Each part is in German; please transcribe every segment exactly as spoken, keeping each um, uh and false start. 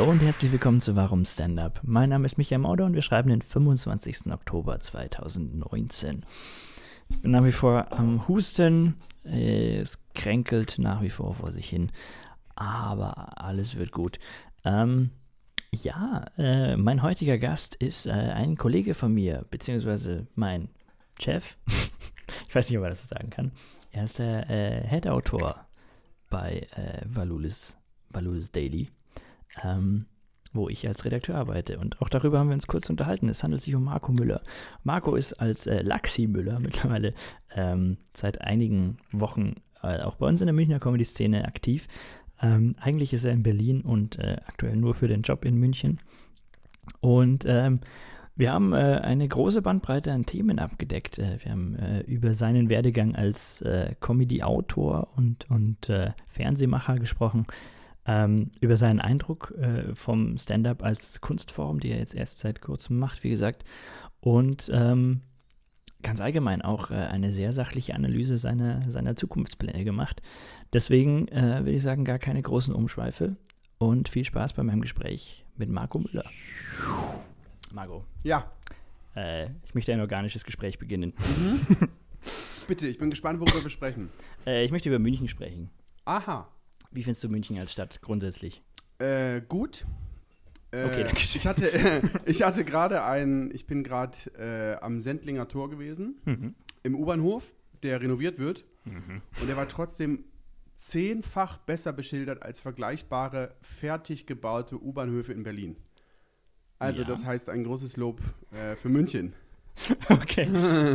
Hallo und herzlich willkommen zu Warum Stand-Up. Mein Name ist Michael Mauder und wir schreiben den fünfundzwanzigsten Oktober zweitausendneunzehn. Ich bin nach wie vor am Husten, es kränkelt nach wie vor vor sich hin, aber alles wird gut. Ähm, ja, äh, mein heutiger Gast ist äh, ein Kollege von mir, beziehungsweise mein Chef. Ich weiß nicht, ob er das so sagen kann. Er ist der äh, Head-Autor bei äh, Valulis, Valulis Daily, ähm, wo ich als Redakteur arbeite. Und auch darüber haben wir uns kurz unterhalten. Es handelt sich um Marco Müller. Marco ist als äh, Laxi Müller mittlerweile ähm, seit einigen Wochen äh, auch bei uns in der Münchner Comedy-Szene aktiv. Ähm, eigentlich ist er in Berlin und äh, aktuell nur für den Job in München. Und ähm, wir haben äh, eine große Bandbreite an Themen abgedeckt. Äh, wir haben äh, über seinen Werdegang als äh, Comedy-Autor und, und äh, Fernsehmacher gesprochen, ähm, über seinen Eindruck äh, vom Stand-Up als Kunstform, die er jetzt erst seit kurzem macht, wie gesagt. Und ähm, ganz allgemein auch äh, eine sehr sachliche Analyse seiner, seiner Zukunftspläne gemacht. Deswegen äh, würde ich sagen, gar keine großen Umschweife und viel Spaß bei meinem Gespräch mit Marco Müller. Marco. Ja. Äh, ich möchte ein organisches Gespräch beginnen. Mhm. Bitte, ich bin gespannt, worüber wir sprechen. Äh, ich möchte über München sprechen. Aha. Wie findest du München als Stadt grundsätzlich? Äh, gut. Äh, okay, danke schön. Ich hatte, äh, ich hatte gerade ein, ich bin gerade äh, am Sendlinger Tor gewesen, Mhm. im U-Bahnhof, der renoviert wird. Mhm. Und der war trotzdem zehnfach besser beschildert als vergleichbare, fertig gebaute U-Bahnhöfe in Berlin. Also Ja. das heißt ein großes Lob äh, für München. Okay.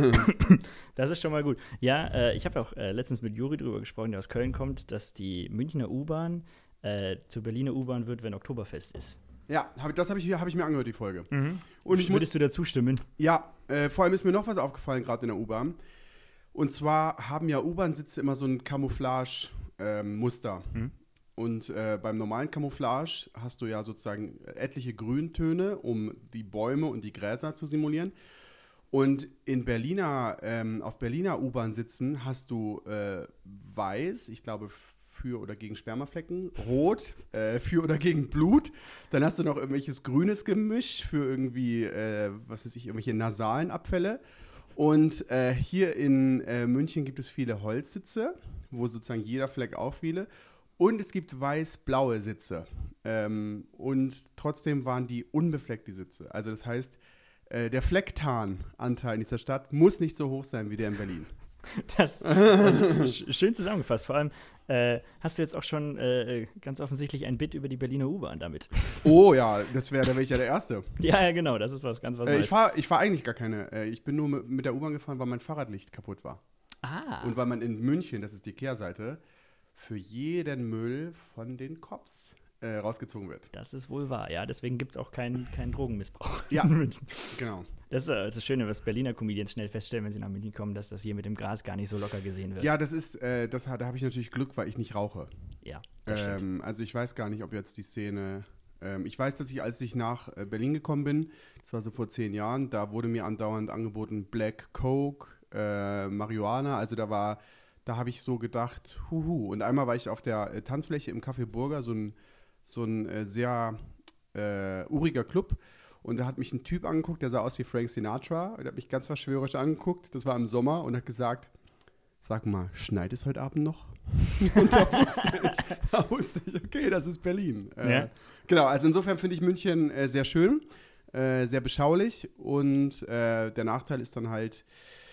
Das ist schon mal gut. Ja, äh, ich habe auch äh, letztens mit Juri drüber gesprochen, der aus Köln kommt, dass die Münchner U-Bahn äh, zur Berliner U-Bahn wird, wenn Oktoberfest ist. Ja, hab, das habe ich, hab ich mir angehört, die Folge. Mhm. Und ich Würdest muss, du dazu stimmen? Ja, äh, vor allem ist mir noch was aufgefallen, gerade in der U-Bahn. Und zwar haben ja U-Bahn-Sitze immer so ein Camouflage-Muster. Mhm. Und äh, beim normalen Camouflage hast du ja sozusagen etliche Grüntöne, um die Bäume und die Gräser zu simulieren. Und in Berliner, ähm, auf Berliner U-Bahn-Sitzen hast du äh, weiß, ich glaube für oder gegen Spermaflecken, rot, äh, für oder gegen Blut. Dann hast du noch irgendwelches grünes Gemisch für irgendwie, äh, was weiß ich, irgendwelche nasalen Abfälle. Und äh, hier in äh, München gibt es viele Holzsitze, wo sozusagen jeder Fleck auffiele. Und es gibt weiß-blaue Sitze. Ähm, und trotzdem waren die unbefleckt, die Sitze. Also das heißt, äh, der Flecktarnanteil in dieser Stadt muss nicht so hoch sein wie der in Berlin. Das, das ist sch- schön zusammengefasst. Vor allem äh, hast du jetzt auch schon äh, ganz offensichtlich ein Bit über die Berliner U-Bahn damit. Oh ja, das wäre, da wäre ich ja der Erste. Ja, ja, genau, das ist was ganz was Äh, Neues. ich fahre ich fahr eigentlich gar keine. Äh, ich bin nur mit, mit der U-Bahn gefahren, weil mein Fahrradlicht kaputt war. Ah. Und weil man in München, das ist die Kehrseite, für jeden Müll von den Cops äh, rausgezogen wird. Das ist wohl wahr, ja. Deswegen gibt es auch keinen keinen Drogenmissbrauch Ja. in München. Genau. Das ist äh, das Schöne, was Berliner Comedians schnell feststellen, wenn sie nach München kommen, dass das hier mit dem Gras gar nicht so locker gesehen wird. Ja, das ist, äh, das, da habe ich natürlich Glück, weil ich nicht rauche. Ja, das stimmt. Ähm, also ich weiß gar nicht, ob jetzt die Szene. Ähm, ich weiß, dass ich, als ich nach äh, Berlin gekommen bin, das war so vor zehn Jahren, da wurde mir andauernd angeboten Black Coke, äh, Marihuana. Also da war, da habe ich so gedacht, huhu. Und einmal war ich auf der äh, Tanzfläche im Café Burger, so ein, so ein äh, sehr äh, uriger Club. Und da hat mich ein Typ angeguckt, der sah aus wie Frank Sinatra. Und der hat mich ganz verschwörerisch angeguckt. Das war im Sommer und hat gesagt, sag mal, schneit es heute Abend noch? Und da wusste ich, da wusste ich, okay, das ist Berlin. Äh, Ja. Genau, also insofern finde ich München äh, sehr schön, äh, sehr beschaulich. Und äh, der Nachteil ist dann halt,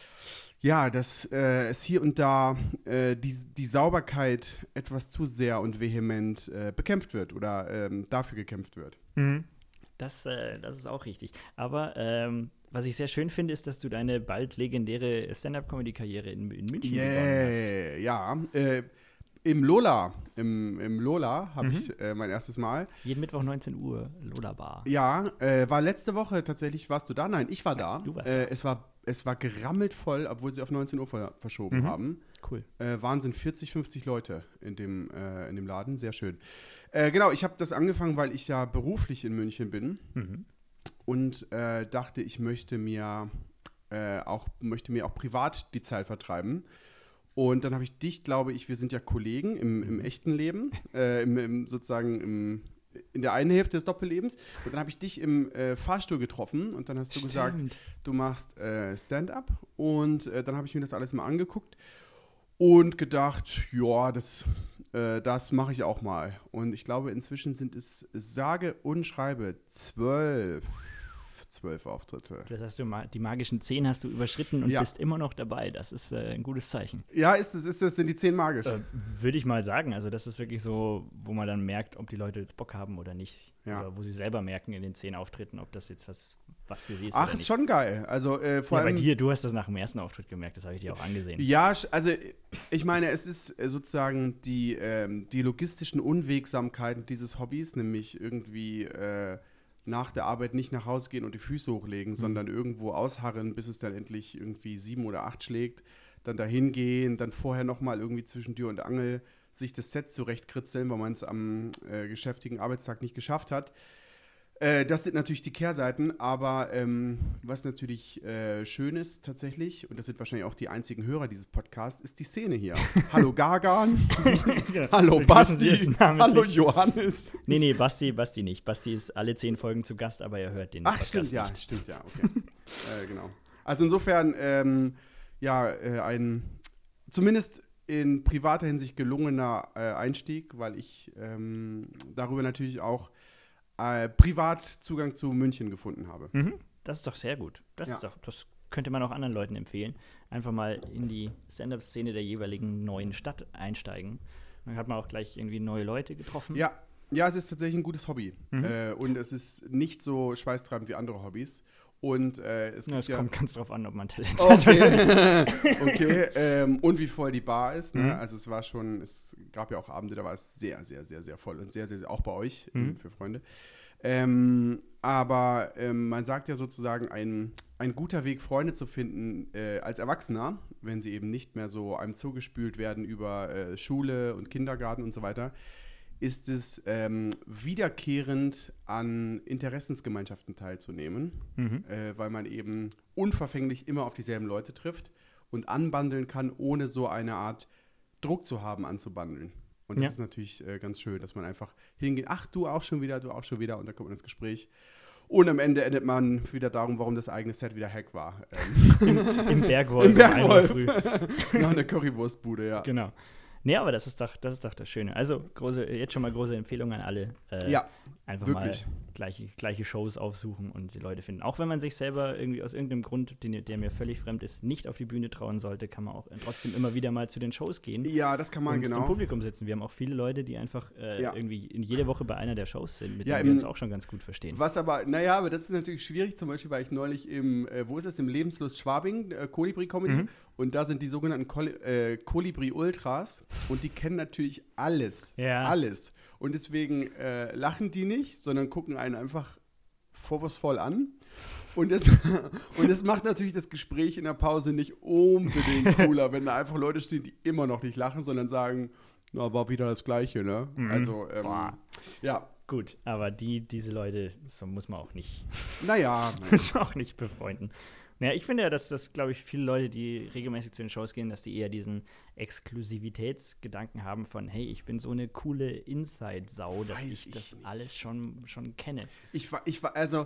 ja, dass äh, es hier und da äh, die, die Sauberkeit etwas zu sehr und vehement äh, bekämpft wird oder ähm, dafür gekämpft wird. Mhm. Das, äh, das ist auch richtig. Aber ähm, was ich sehr schön finde, ist, dass du deine bald legendäre Stand-Up-Comedy-Karriere in, in München begonnen hast. Yeah, ja. Äh, Im Lola, im, im Lola habe Mhm. ich äh, mein erstes Mal. Jeden Mittwoch neunzehn Uhr, Lola Bar. Ja, äh, war letzte Woche tatsächlich, warst du da? Nein, ich war da. Du warst äh, da. Es war, es war gerammelt voll, obwohl sie auf neunzehn Uhr ver verschoben Mhm. haben. Cool. Äh, Wahnsinn, vierzig, fünfzig Leute in dem, äh, in dem Laden, sehr schön. Äh, genau, ich habe das angefangen, weil ich ja beruflich in München bin Mhm. und äh, dachte, ich möchte mir, äh, auch, möchte mir auch privat die Zeit vertreiben. Und dann habe ich dich, glaube ich, wir sind ja Kollegen im, im echten Leben, äh, im, im, sozusagen im, in der einen Hälfte des Doppellebens. Und dann habe ich dich im äh, Fahrstuhl getroffen und dann hast du Stimmt. gesagt, du machst äh, Stand-up. Und äh, dann habe ich mir das alles mal angeguckt und gedacht, ja, das, äh, das mache ich auch mal. Und ich glaube, inzwischen sind es sage und schreibe zwölf. Zwölf Auftritte. Das hast du ma- die magischen zehn hast du überschritten und Ja. bist immer noch dabei. Das ist äh, ein gutes Zeichen. Ja, ist das, ist das, sind die zehn magisch? Äh, Würde ich mal sagen. Also das ist wirklich so, wo man dann merkt, ob die Leute jetzt Bock haben oder nicht. Ja. Oder wo sie selber merken in den zehn Auftritten, ob das jetzt was, was für sie ist Ach, oder ist nicht. schon geil. Also äh, vor Ja, bei allem. dir, du hast das nach dem ersten Auftritt gemerkt, das habe ich dir auch angesehen. Ja, sch- also ich meine, es ist äh, sozusagen die, ähm, die logistischen Unwegsamkeiten dieses Hobbys, nämlich irgendwie äh, nach der Arbeit nicht nach Hause gehen und die Füße hochlegen, mhm. sondern irgendwo ausharren, bis es dann endlich irgendwie sieben oder acht schlägt, dann dahin gehen, dann vorher nochmal irgendwie zwischen Tür und Angel sich das Set zurechtkritzeln, weil man es am äh, geschäftigen Arbeitstag nicht geschafft hat. Äh, das sind natürlich die Kehrseiten, aber ähm, was natürlich äh, schön ist tatsächlich, und das sind wahrscheinlich auch die einzigen Hörer dieses Podcasts, ist die Szene hier. Hallo Gargan, Genau. hallo Wir grüßen Basti, Sie jetzt namentlich. hallo Johannes. Nee, nee, Basti, Basti nicht. Basti ist alle zehn Folgen zu Gast, aber er hört den Ach, Podcast stimmt, ja, nicht. stimmt, ja, okay. äh, genau. Also insofern, ähm, ja, äh, ein zumindest in privater Hinsicht gelungener äh, Einstieg, weil ich ähm, darüber natürlich auch äh, privat Zugang zu München gefunden habe. Mhm. Das ist doch sehr gut. Das, Ja. ist doch, das könnte man auch anderen Leuten empfehlen. Einfach mal in die Stand-up-Szene der jeweiligen neuen Stadt einsteigen. Dann hat man auch gleich irgendwie neue Leute getroffen. Ja, ja, es ist tatsächlich ein gutes Hobby. Mhm. Äh, und es ist nicht so schweißtreibend wie andere Hobbys. Und äh, es Ja, gibt es ja kommt ganz drauf an, ob man Talent hat. Okay, okay. Ähm, und wie voll die Bar ist. Ne? Mhm. Also es war schon, es gab ja auch Abende, da war es sehr, sehr, sehr, sehr voll und sehr, sehr, sehr auch bei euch Mhm. ähm, für Freunde. Ähm, aber ähm, man sagt ja sozusagen, ein, ein guter Weg, Freunde zu finden äh, als Erwachsener, wenn sie eben nicht mehr so einem zugespült werden über äh, Schule und Kindergarten und so weiter, ist es ähm, wiederkehrend an Interessensgemeinschaften teilzunehmen, Mhm. äh, weil man eben unverfänglich immer auf dieselben Leute trifft und anbandeln kann, ohne so eine Art Druck zu haben, anzubandeln. Und das Ja. ist natürlich äh, ganz schön, dass man einfach hingeht, ach, du auch schon wieder, du auch schon wieder, und dann kommt man ins Gespräch. Und am Ende endet man wieder darum, warum das eigene Set wieder Hack war. Ähm, Im, Im Bergwolf. Im um ein Uhr Bergwolf. früh. Noch eine Currywurstbude, ja. Genau. Nee, aber das ist doch das, ist doch das Schöne. Also große, jetzt schon mal große Empfehlung an alle. Äh, Ja, einfach wirklich. mal gleiche, gleiche Shows aufsuchen und die Leute finden. Auch wenn man sich selber irgendwie aus irgendeinem Grund, den, der mir völlig fremd ist, nicht auf die Bühne trauen sollte, kann man auch trotzdem immer wieder mal zu den Shows gehen. Ja, das kann man, und genau. im Publikum sitzen. Wir haben auch viele Leute, die einfach äh, Ja. irgendwie in jede Woche bei einer der Shows sind, mit Ja, denen wir im- uns auch schon ganz gut verstehen. Was aber, naja, aber das ist natürlich schwierig. Zum Beispiel war ich neulich im, äh, wo ist es, im Lebenslust Schwabing, äh, Kolibri-Comedy. Mhm. Und da sind die sogenannten Kol äh, Kolibri-Ultras. Und die kennen natürlich alles. Ja. Alles. Und deswegen äh, lachen die nicht, sondern gucken einen einfach vorwurfsvoll an. Und das, und das macht natürlich das Gespräch in der Pause nicht unbedingt cooler, wenn da einfach Leute stehen, die immer noch nicht lachen, sondern sagen, na, war wieder das Gleiche, ne? Mhm. Also, ähm, Boah. ja. Gut, aber die, diese Leute, so muss man auch nicht, Naja, muss man auch nicht befreunden. Naja, ich finde ja, dass das, glaube ich, viele Leute, die regelmäßig zu den Shows gehen, dass die eher diesen Exklusivitätsgedanken haben von, hey, ich bin so eine coole Inside-Sau, dass Weiß ich ich das nicht. alles schon, schon kenne. Ich war, ich war, also,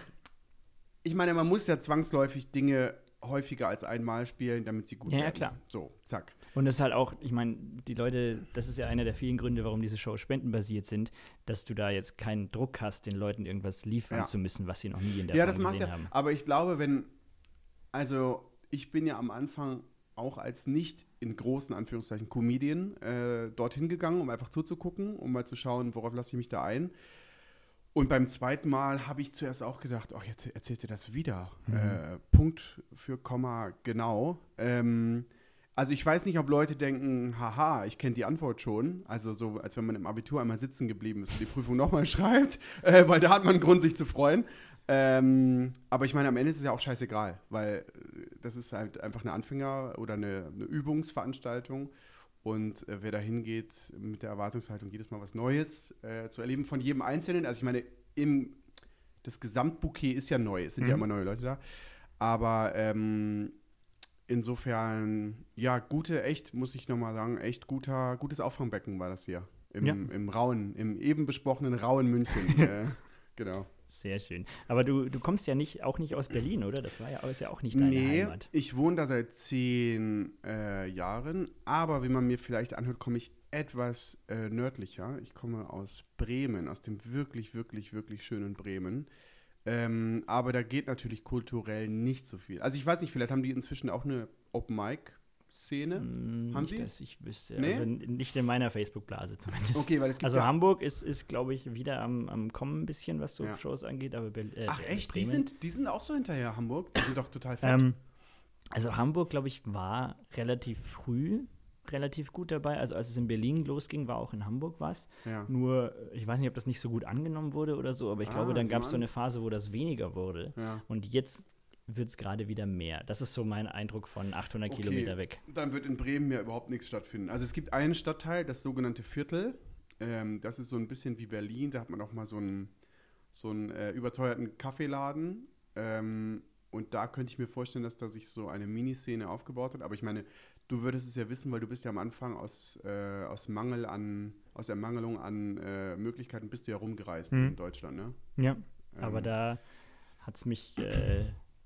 ich meine, man muss ja zwangsläufig Dinge häufiger als einmal spielen, damit sie gut Ja, ja, werden. klar. So, zack. Und es ist halt auch, ich meine, die Leute, das ist ja einer der vielen Gründe, warum diese Shows spendenbasiert sind, dass du da jetzt keinen Druck hast, den Leuten irgendwas liefern Ja. zu müssen, was sie noch nie in der Ja, Form das macht gesehen ja, haben. aber ich glaube, wenn, also, ich bin ja am Anfang auch als nicht in großen Anführungszeichen Comedian äh, dorthin gegangen, um einfach zuzugucken, um mal zu schauen, worauf lasse ich mich da ein. Und beim zweiten Mal habe ich zuerst auch gedacht, ach, jetzt erzählt ihr das wieder. Mhm. Äh, Punkt für Komma genau. Ähm, also ich weiß nicht, ob Leute denken, haha, ich kenne die Antwort schon. Also so, als wenn man im Abitur einmal sitzen geblieben ist und die Prüfung nochmal schreibt, äh, weil da hat man einen Grund, sich zu freuen. Ähm, aber ich meine, am Ende ist es ja auch scheißegal, weil äh, das ist halt einfach eine Anfänger- oder eine, eine Übungsveranstaltung. Und äh, wer da hingeht mit der Erwartungshaltung, jedes Mal was Neues äh, zu erleben von jedem Einzelnen. Also ich meine, im, das Gesamtbouquet ist ja neu, es sind Mhm. ja immer neue Leute da. Aber ähm, insofern, ja, gute, echt, muss ich nochmal sagen, echt guter, gutes Auffangbecken war das hier im, Ja. im rauen, im eben besprochenen rauen München. äh, genau. Sehr schön. Aber du, du kommst ja nicht, auch nicht aus Berlin, oder? Das war ja, ist ja auch nicht deine Nee, Heimat. ich wohne da seit zehn äh, Jahren, aber wie man mir vielleicht anhört, komme ich etwas äh, nördlicher. Ich komme aus Bremen, aus dem wirklich, wirklich, wirklich schönen Bremen. Ähm, aber da geht natürlich kulturell nicht so viel. Also ich weiß nicht, vielleicht haben die inzwischen auch eine Open-Mic-Szene. Hm, Haben nicht, Sie? dass ich wüsste. Nee? Also n- nicht in meiner Facebook-Blase zumindest. Okay, weil es gibt Also ja... Hamburg ist, ist glaube ich, wieder am, am Kommen ein bisschen, was so Ja. Shows angeht. Aber Berl- äh, Ach echt, die Bremen- sind, die sind auch so hinterher, Hamburg? Die sind doch total fett. Ähm, also Hamburg, glaube ich, war relativ früh relativ gut dabei. Also als es in Berlin losging, war auch in Hamburg was. ja. Nur, ich weiß nicht, ob das nicht so gut angenommen wurde oder so, aber ich Ah, glaube, dann sieh gab mal es so an. eine Phase, wo das weniger wurde. ja. Und jetzt wird es gerade wieder mehr. Das ist so mein Eindruck von achthundert Okay. Kilometer weg. Dann wird in Bremen ja überhaupt nichts stattfinden. Also es gibt einen Stadtteil, das sogenannte Viertel. Ähm, das ist so ein bisschen wie Berlin. Da hat man auch mal so einen, so einen äh, überteuerten Kaffeeladen. Ähm, und da könnte ich mir vorstellen, dass da sich so eine Miniszene aufgebaut hat. Aber ich meine, du würdest es ja wissen, weil du bist ja am Anfang aus, äh, aus Mangel an, aus Ermangelung an äh, Möglichkeiten bist du ja rumgereist Mhm. in Deutschland, ne? Ja, Ähm, aber da hat es mich, äh,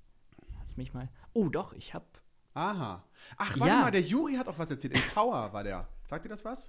hat's mich mal. Oh, doch, ich habe. Aha. Ach, warte Ja. mal, der Juri hat auch was erzählt. Im Tower war der. Sagt dir das was?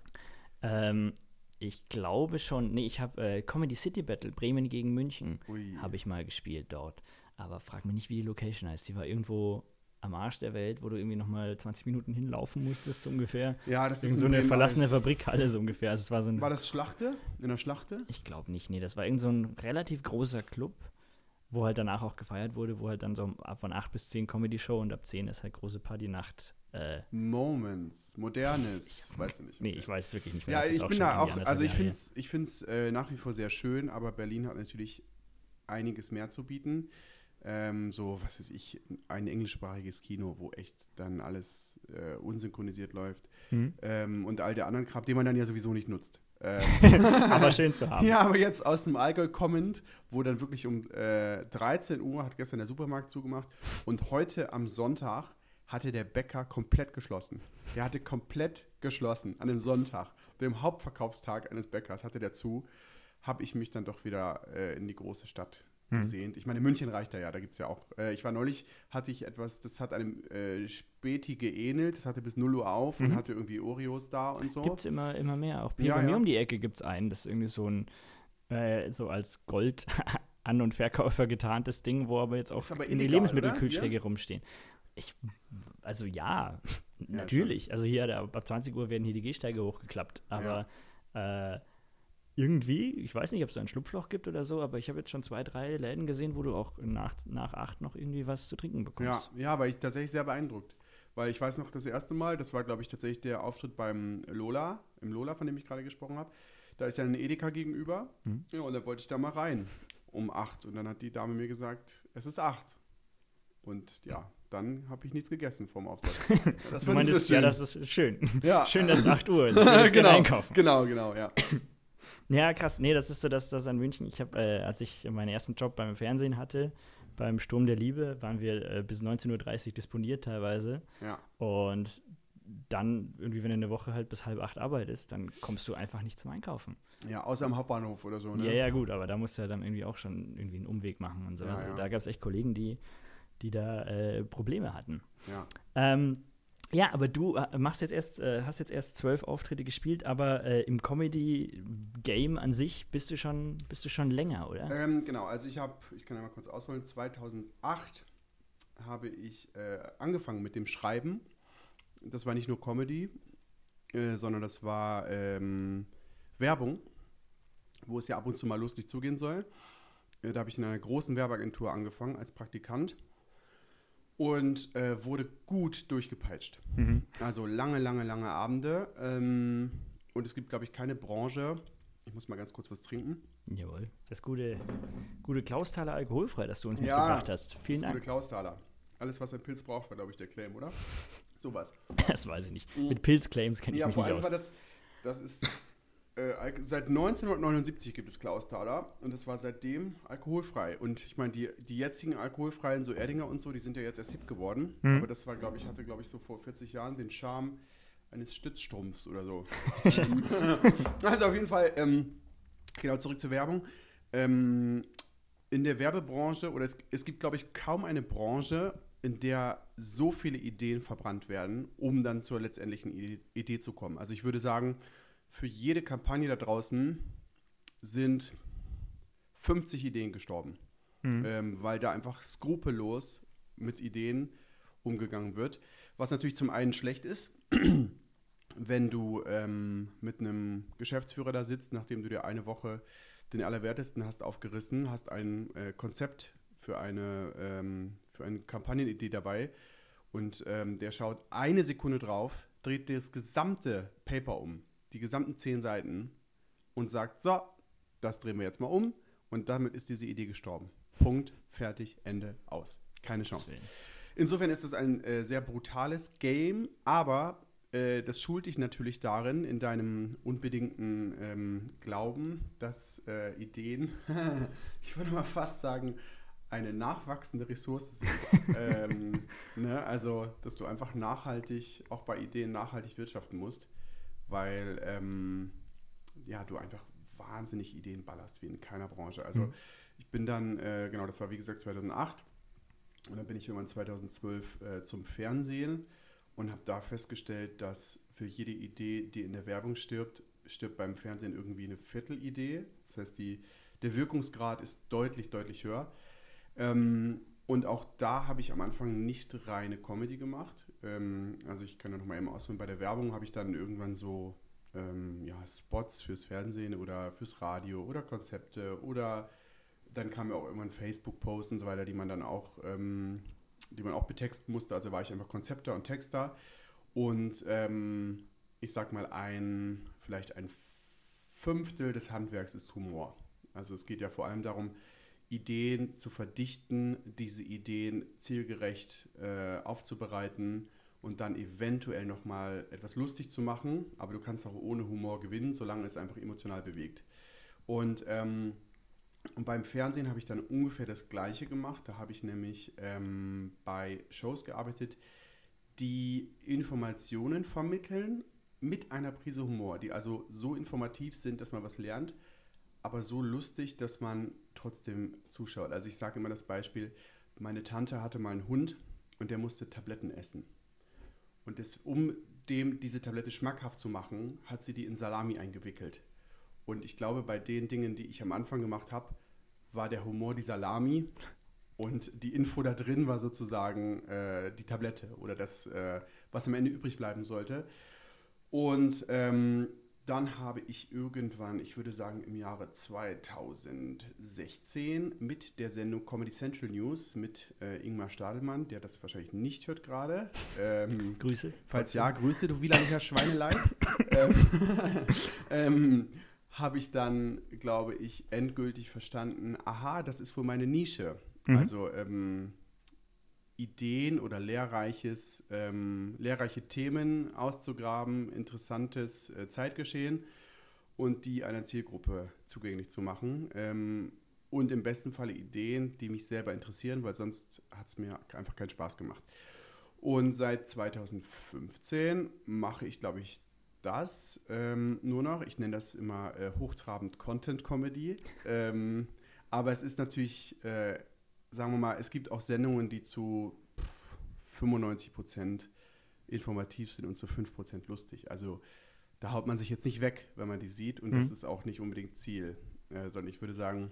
Ähm, ich glaube schon. Nee, ich habe äh, Comedy City Battle Bremen gegen München Ui. habe ich mal gespielt dort. Aber frag mich nicht, wie die Location heißt. Die war irgendwo am Arsch der Welt, wo du irgendwie noch mal zwanzig Minuten hinlaufen musstest, so ungefähr. Ja, das ist Irgend in so eine Bremen verlassene alles- Fabrikhalle, so ungefähr. Also es war so ein. War das Schlachte? In der Schlachte? Ich glaube nicht, nee, das war irgend so ein relativ großer Club, wo halt danach auch gefeiert wurde, wo halt dann so ab von acht bis zehn Comedy-Show und ab zehn ist halt große Partynacht. Äh, Moments, Modernes, weißt du nicht. nee, ich weiß wirklich nicht mehr. Ja, das ist ich auch bin schon da irgendwie auch, anderthalb also ich Jahre finde es ich find's, äh, nach wie vor sehr schön, aber Berlin hat natürlich einiges mehr zu bieten. Ähm, so, was weiß ich, ein englischsprachiges Kino, wo echt dann alles äh, unsynchronisiert läuft. her. Mhm. Ähm, und all der anderen Kram, den man dann ja sowieso nicht nutzt. Ähm, Aber schön zu haben. Ja, aber jetzt aus dem Allgäu kommend, wo dann wirklich um äh, dreizehn Uhr hat gestern der Supermarkt zugemacht und heute am Sonntag hatte der Bäcker komplett geschlossen. Der hatte komplett geschlossen an dem Sonntag, dem Hauptverkaufstag eines Bäckers hatte der zu, habe ich mich dann doch wieder äh, in die große Stadt Hm. gesehnt. Ich meine, München reicht da ja, da gibt es ja auch. Äh, ich war neulich, hatte ich etwas, das hat einem äh, Späti geähnelt, das hatte bis null Uhr auf Mhm. und hatte irgendwie Oreos da und so. Gibt's immer, immer mehr. Auch hier Ja, bei mir ja. um die Ecke gibt es einen, das ist irgendwie so ein, äh, so als Gold An- und Verkäufer getarntes Ding, wo aber jetzt auch Ist aber in die illegal, Lebensmittelkühlschränke oder? rumstehen. Ich, also ja, natürlich. Also hier ab ab zwanzig Uhr werden hier die Gehsteige hochgeklappt. Aber äh, irgendwie, ich weiß nicht, ob es da ein Schlupfloch gibt oder so, aber ich habe jetzt schon zwei, drei Läden gesehen, wo du auch nach, nach acht noch irgendwie was zu trinken Ja, bekommst. ja, war ich tatsächlich sehr beeindruckt. Weil ich weiß noch, das erste Mal, das war, glaube ich, tatsächlich der Auftritt beim Lola, im Lola, von dem ich gerade gesprochen habe. Da ist ja ein Edeka gegenüber. Mhm. Ja, und da wollte ich da mal rein um acht. Und dann hat die Dame mir gesagt, es ist acht. Und ja, dann habe ich nichts gegessen vom Auftritt. Das Du fand ich meintest, so ja, schön. das ist schön. Ja. Schön, dass es acht Uhr ist. Ich will jetzt gerne genau, einkaufen. genau, genau, ja. Ja, krass. Nee, das ist so das, das an München. Ich habe, äh, als ich meinen ersten Job beim Fernsehen hatte, beim Sturm der Liebe, waren wir äh, bis neunzehn Uhr dreißig disponiert teilweise. Ja, Und dann, irgendwie, wenn du eine Woche halt bis halb acht arbeitest, dann kommst du einfach nicht zum Einkaufen. ja, außer am Hauptbahnhof oder so, ne? Ja, ja, gut, aber da musst du ja dann irgendwie auch schon irgendwie einen Umweg machen und so. Ja, Also ja. da gab es echt Kollegen, die, die da äh, Probleme hatten. Ja. Ähm, ja, aber du äh, machst jetzt erst, äh, hast jetzt erst zwölf Auftritte gespielt, aber äh, im Comedy-Game an sich bist du schon, bist du schon länger, oder? Ähm, genau, also ich habe, ich kann ja mal kurz ausholen, zweitausendacht habe ich äh, angefangen mit dem Schreiben. Das war nicht nur Comedy, äh, sondern das war ähm, Werbung, wo es ja ab und zu mal lustig zugehen soll. Äh, da habe ich in einer großen Werbeagentur angefangen als Praktikant und äh, wurde gut durchgepeitscht. Mhm. Also lange, lange, lange Abende. Ähm, und es gibt, glaube ich, keine Branche. Ich muss mal ganz kurz was trinken. Jawohl. Das gute, gute Klausthaler alkoholfrei, das du uns Ja, mitgebracht hast. Vielen Das gute Dank. Klausthaler. Alles, was ein Pilz braucht, war, glaube ich, der Claim, oder? Sowas. Das weiß ich nicht. Mit Pilzclaims kenne ich Ja, mich vor nicht allem aus. war das, das ist, äh, Al- seit neunzehnhundertneunundsiebzig gibt es Klausthaler und es war seitdem alkoholfrei. Und ich meine, die, die jetzigen alkoholfreien, so Erdinger und so, die sind ja jetzt erst hip geworden. Mhm. Aber das war, glaube ich, hatte, glaube ich, so vor vierzig Jahren den Charme, eines Stützstrumpfs oder so. Also auf jeden Fall, ähm, genau, zurück zur Werbung. Ähm, in der Werbebranche, oder es, es gibt, glaube ich, kaum eine Branche, in der so viele Ideen verbrannt werden, um dann zur letztendlichen Idee, Idee zu kommen. Also ich würde sagen, für jede Kampagne da draußen sind fünfzig Ideen gestorben, mhm. ähm, weil da einfach skrupellos mit Ideen umgegangen wird. Was natürlich zum einen schlecht ist, wenn du ähm, mit einem Geschäftsführer da sitzt, nachdem du dir eine Woche den Allerwertesten hast aufgerissen, hast ein äh, Konzept für eine, ähm, für eine Kampagnenidee dabei und ähm, der schaut eine Sekunde drauf, dreht das gesamte Paper um, die gesamten zehn Seiten und sagt, so, das drehen wir jetzt mal um und damit ist diese Idee gestorben. Punkt, fertig, Ende, aus. Keine Chance. Insofern ist es ein äh, sehr brutales Game, aber äh, das schult dich natürlich darin, in deinem unbedingten ähm, Glauben, dass äh, Ideen, ich würde mal fast sagen, eine nachwachsende Ressource sind. ähm, ne? Also, dass du einfach nachhaltig, auch bei Ideen nachhaltig wirtschaften musst, weil ähm, ja, du einfach wahnsinnig Ideen ballerst, wie in keiner Branche. Also mhm. ich bin dann, äh, genau, das war wie gesagt zweitausendacht und dann bin ich irgendwann zweitausendzwölf äh, zum Fernsehen und habe da festgestellt, dass für jede Idee, die in der Werbung stirbt, stirbt beim Fernsehen irgendwie eine Viertelidee. Das heißt, die, der Wirkungsgrad ist deutlich, deutlich höher. Ähm, und auch da habe ich am Anfang nicht reine Comedy gemacht. Ähm, also ich kann ja noch mal eben ausholen, bei der Werbung habe ich dann irgendwann so ähm, ja, Spots fürs Fernsehen oder fürs Radio oder Konzepte oder dann kam ja auch irgendwann Facebook-Posts und so weiter, die man dann auch, ähm, die man auch betexten musste. Also war ich einfach Konzepter und Texter und ähm, ich sag mal ein, vielleicht ein Fünftel des Handwerks ist Humor. Also es geht ja vor allem darum, Ideen zu verdichten, diese Ideen zielgerecht äh, aufzubereiten und dann eventuell nochmal etwas lustig zu machen. Aber du kannst auch ohne Humor gewinnen, solange es einfach emotional bewegt. Und, ähm, und beim Fernsehen habe ich dann ungefähr das Gleiche gemacht. Da habe ich nämlich ähm, bei Shows gearbeitet, die Informationen vermitteln mit einer Prise Humor, die also so informativ sind, dass man was lernt, aber so lustig, dass man trotzdem zuschaut. Also ich sage immer das Beispiel, meine Tante hatte mal einen Hund und der musste Tabletten essen. Und das, um dem diese Tablette schmackhaft zu machen, hat sie die in Salami eingewickelt. Und ich glaube, bei den Dingen, die ich am Anfang gemacht habe, war der Humor die Salami und die Info da drin war sozusagen äh, die Tablette oder das, äh, was am Ende übrig bleiben sollte. Und ähm, dann habe ich irgendwann, ich würde sagen im Jahre zweitausendsechzehn mit der Sendung Comedy Central News mit äh, Ingmar Stadelmann, der das wahrscheinlich nicht hört gerade. Ähm, Grüße. Falls ja, Grüße, du widerlicher Schweineleid. ähm, ähm, habe ich dann, glaube ich, endgültig verstanden, aha, das ist wohl meine Nische. Mhm. Also ähm, Ideen oder lehrreiches, ähm, lehrreiche Themen auszugraben, interessantes äh, Zeitgeschehen und die einer Zielgruppe zugänglich zu machen. Ähm, und im besten Falle Ideen, die mich selber interessieren, weil sonst hat es mir einfach keinen Spaß gemacht. Und seit zweitausendfünfzehn mache ich, glaube ich, das ähm, nur noch. Ich nenne das immer äh, hochtrabend Content Comedy. ähm, aber es ist natürlich... Äh, sagen wir mal, es gibt auch Sendungen, die zu pff, fünfundneunzig Prozent informativ sind und zu fünf Prozent lustig. Also da haut man sich jetzt nicht weg, wenn man die sieht und mhm. das ist auch nicht unbedingt Ziel. Äh, sondern ich würde sagen,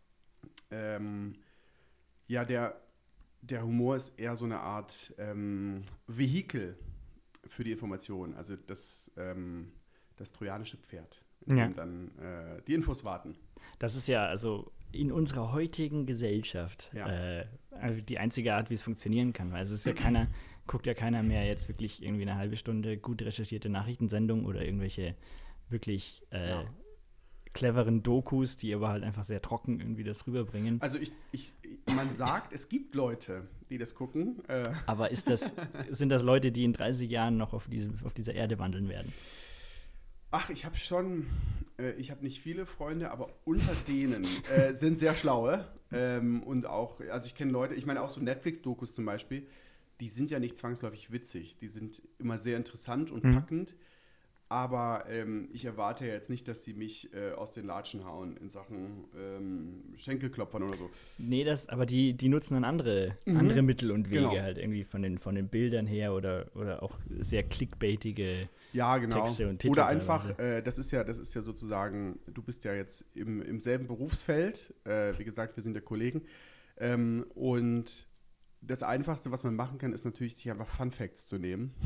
ähm, ja, der, der Humor ist eher so eine Art ähm, Vehikel für die Information. Also das, ähm, das trojanische Pferd, in ja. dem dann äh, die Infos warten. Das ist ja, also in unserer heutigen Gesellschaft ja. äh, die einzige Art, wie es funktionieren kann. Weil es ist ja keiner, guckt ja keiner mehr jetzt wirklich irgendwie eine halbe Stunde gut recherchierte Nachrichtensendung oder irgendwelche wirklich äh, ja. cleveren Dokus, die aber halt einfach sehr trocken irgendwie das rüberbringen. Also ich, ich man sagt, es gibt Leute, die das gucken. Äh. Aber ist das, sind das Leute, die in dreißig Jahren noch auf, diesem, auf dieser Erde wandeln werden? Ach, ich habe schon, äh, ich habe nicht viele Freunde, aber unter denen äh, sind sehr schlaue ähm, und auch, also ich kenne Leute, ich meine auch so Netflix-Dokus zum Beispiel, die sind ja nicht zwangsläufig witzig. Die sind immer sehr interessant und Mhm. packend. Aber ähm, ich erwarte jetzt nicht, dass sie mich äh, aus den Latschen hauen in Sachen ähm, Schenkelklopfern oder so. Nee, das, aber die, die nutzen dann andere, Mhm. andere Mittel und Wege Genau. halt irgendwie von den, von den Bildern her oder, oder auch sehr clickbaitige Ja, genau. Texte und Titel Oder einfach, teilweise. äh, das ist ja, das ist ja sozusagen, du bist ja jetzt im, im selben Berufsfeld. Äh, wie gesagt, wir sind ja Kollegen. Ähm, und das Einfachste, was man machen kann, ist natürlich, sich einfach Fun Facts zu nehmen.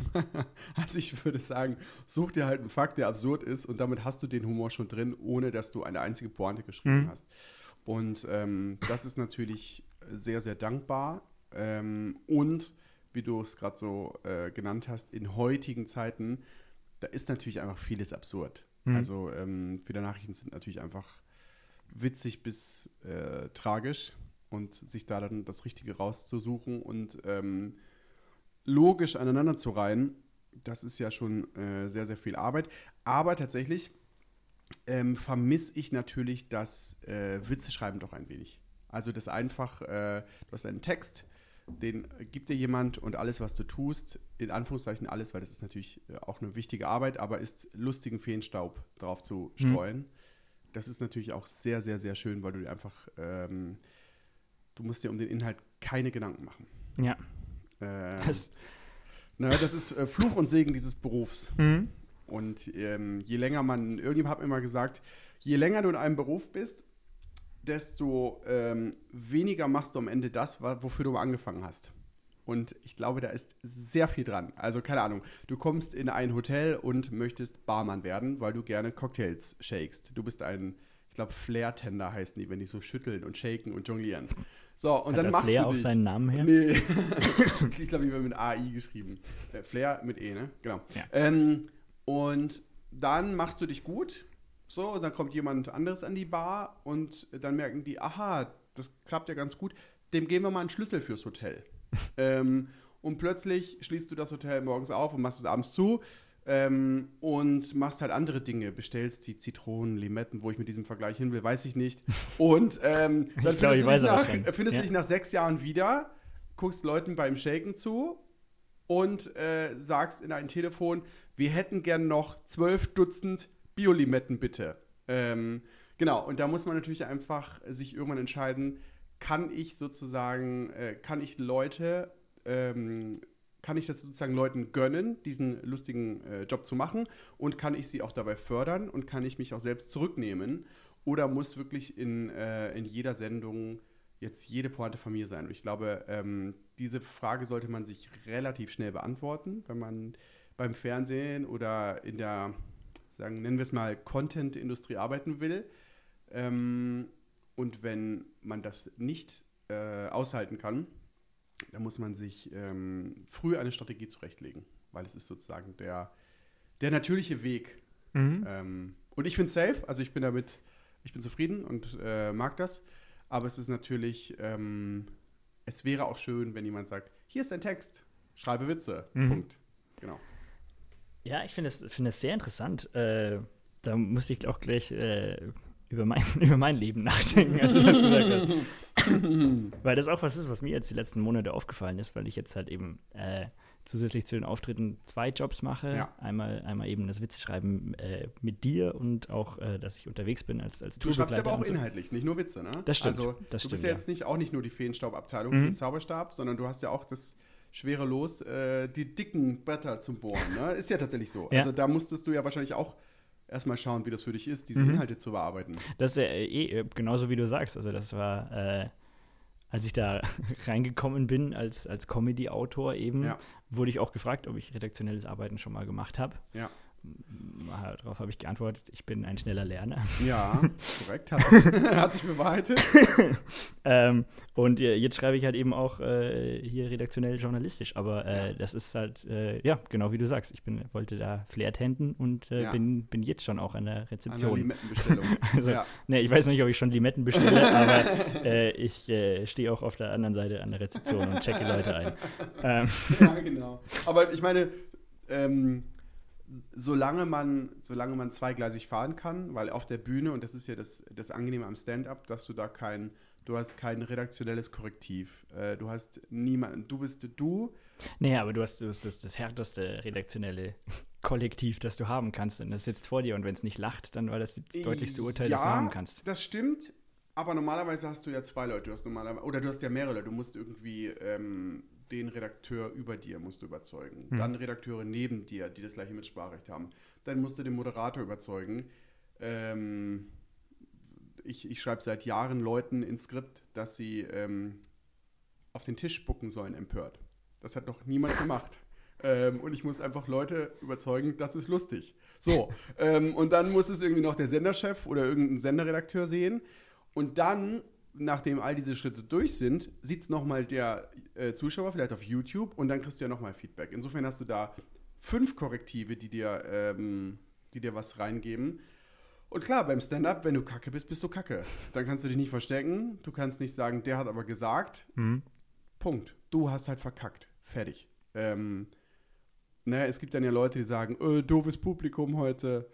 Also ich würde sagen, such dir halt einen Fakt, der absurd ist und damit hast du den Humor schon drin, ohne dass du eine einzige Pointe geschrieben Mhm. hast. Und ähm, das ist natürlich sehr, sehr dankbar. Ähm, und wie du es gerade so äh, genannt hast, in heutigen Zeiten, da ist natürlich einfach vieles absurd. Mhm. Also ähm, viele Nachrichten sind natürlich einfach witzig bis äh, tragisch und sich da dann das Richtige rauszusuchen und ähm, logisch aneinander zu reihen, das ist ja schon äh, sehr, sehr viel Arbeit. Aber tatsächlich ähm, vermisse ich natürlich das äh, Witze schreiben doch ein wenig. Also das einfach, äh, du hast einen Text, den gibt dir jemand und alles, was du tust, in Anführungszeichen alles, weil das ist natürlich äh, auch eine wichtige Arbeit, aber ist lustigen Feenstaub drauf zu streuen. Mhm. Das ist natürlich auch sehr, sehr, sehr schön, weil du dir einfach, ähm, du musst dir um den Inhalt keine Gedanken machen. Ja. Ähm, Das, na, das ist äh, Fluch und Segen dieses Berufs. mhm. Und ähm, je länger man, irgendjemand hat mir mal gesagt, je länger du in einem Beruf bist, desto ähm, weniger machst du am Ende das, wofür du mal angefangen hast. Und ich glaube, da ist sehr viel dran. Also keine Ahnung, du kommst in ein Hotel und möchtest Barmann werden, weil du gerne Cocktails shakest. Du bist ein, ich glaube, Flair-Tender heißen die, wenn die so schütteln und shaken und jonglieren. So, und Hat dann der machst Flair du auch dich. seinen Namen her? Nee. Ich glaube, die wird mit A I geschrieben. Äh, Flair mit E, ne? Genau. Ja. Ähm, und dann machst du dich gut. So, und dann kommt jemand anderes an die Bar und dann merken die, aha, das klappt ja ganz gut, dem geben wir mal einen Schlüssel fürs Hotel. ähm, und plötzlich schließt du das Hotel morgens auf und machst es abends zu ähm, und machst halt andere Dinge. Bestellst die Zitronen, Limetten, wo ich mit diesem Vergleich hin will, weiß ich nicht. Und ähm, dann Ich glaub, findest, ich du, weiß dich aber nach, schon. findest Ja. du dich nach sechs Jahren wieder, guckst Leuten beim Shaken zu und äh, sagst in ein Telefon, wir hätten gern noch zwölf Dutzend Biolimetten, bitte. Ähm, genau, und da muss man natürlich einfach sich irgendwann entscheiden, kann ich sozusagen, äh, kann ich Leute, ähm, kann ich das sozusagen Leuten gönnen, diesen lustigen äh, Job zu machen und kann ich sie auch dabei fördern und kann ich mich auch selbst zurücknehmen oder muss wirklich in, äh, in jeder Sendung jetzt jede Pointe von mir sein? Und ich glaube, ähm, diese Frage sollte man sich relativ schnell beantworten, wenn man beim Fernsehen oder in der, sagen, nennen wir es mal, Content-Industrie arbeiten will. Ähm, und wenn man das nicht äh, aushalten kann, dann muss man sich ähm, früh eine Strategie zurechtlegen, weil es ist sozusagen der, der natürliche Weg. Mhm. Ähm, und ich finde es safe, also ich bin damit, ich bin zufrieden und äh, mag das, aber es ist natürlich, ähm, es wäre auch schön, wenn jemand sagt, hier ist dein Text, schreibe Witze, Mhm. Punkt. Genau. Ja, ich finde es find das sehr interessant. Äh, da musste ich auch gleich äh, über, mein, über mein Leben nachdenken, als du das gesagt hast. Weil das auch was ist, was mir jetzt die letzten Monate aufgefallen ist, weil ich jetzt halt eben äh, zusätzlich zu den Auftritten zwei Jobs mache. Ja. Einmal, einmal eben das Witzeschreiben äh, mit dir und auch, äh, dass ich unterwegs bin als, als Du schreibst Tourbegleiter aber auch und so. inhaltlich, nicht nur Witze, ne? Das stimmt, Also, das du stimmt, bist ja ja. jetzt nicht, auch nicht nur die Feenstaubabteilung, Mhm. den Zauberstab, sondern du hast ja auch das schwere Los, äh, die dicken Bretter zum Bohren, ne? Ist ja tatsächlich so. Ja. Also da musstest du ja wahrscheinlich auch erstmal schauen, wie das für dich ist, diese Mhm. Inhalte zu bearbeiten. Das ist ja eh äh, genauso wie du sagst. Also das war, äh, als ich da reingekommen bin als, als Comedy-Autor eben, Ja. wurde ich auch gefragt, ob ich redaktionelles Arbeiten schon mal gemacht habe. Ja. Darauf habe ich geantwortet, ich bin ein schneller Lerner. Ja, korrekt, hat, hat sich bewahrheitet. ähm, und äh, jetzt schreibe ich halt eben auch äh, hier redaktionell journalistisch, aber äh, Ja. das ist halt, äh, ja, genau wie du sagst, ich bin, wollte da Flair tenden und äh, Ja. bin, bin jetzt schon auch an der An der Rezeption. Limettenbestellung. Also, ja. Ne, ich weiß nicht, ob ich schon Limetten bestelle, aber äh, ich äh, stehe auch auf der anderen Seite an der Rezeption und checke Leute ein. Ähm, Ja, genau. Aber ich meine, ähm, solange man, solange man zweigleisig fahren kann, weil auf der Bühne, und das ist ja das, das Angenehme am Stand-up, dass du da kein Du hast kein redaktionelles Korrektiv. Äh, du hast niemanden. Du bist du. Naja, aber du hast, du hast das, das härteste redaktionelle Kollektiv, das du haben kannst. Und das sitzt vor dir. Und wenn es nicht lacht, dann war das das deutlichste Urteil, ja, das du haben kannst. Das stimmt. Aber normalerweise hast du ja zwei Leute. Du hast normalerweise, oder du hast ja mehrere Leute. Du musst irgendwie ähm, den Redakteur über dir musst du überzeugen. Hm. Dann Redakteure neben dir, die das gleiche Mitspracherecht haben. Dann musst du den Moderator überzeugen. Ähm, ich ich schreibe seit Jahren Leuten ins Skript, dass sie ähm, auf den Tisch spucken sollen, empört. Das hat noch niemand gemacht. Ähm, und ich muss einfach Leute überzeugen, das ist lustig. So, ähm, und dann muss es irgendwie noch der Senderchef oder irgendein Senderredakteur sehen. Und dann, nachdem all diese Schritte durch sind, sieht es nochmal der äh, Zuschauer vielleicht auf YouTube und dann kriegst du ja nochmal Feedback. Insofern hast du da fünf Korrektive, die dir, ähm, die dir was reingeben. Und klar, beim Stand-Up, wenn du kacke bist, bist du kacke. Dann kannst du dich nicht verstecken. Du kannst nicht sagen, der hat aber gesagt. Mhm. Punkt. Du hast halt verkackt. Fertig. Ähm, naja, es gibt dann ja Leute, die sagen, äh, doofes Publikum heute.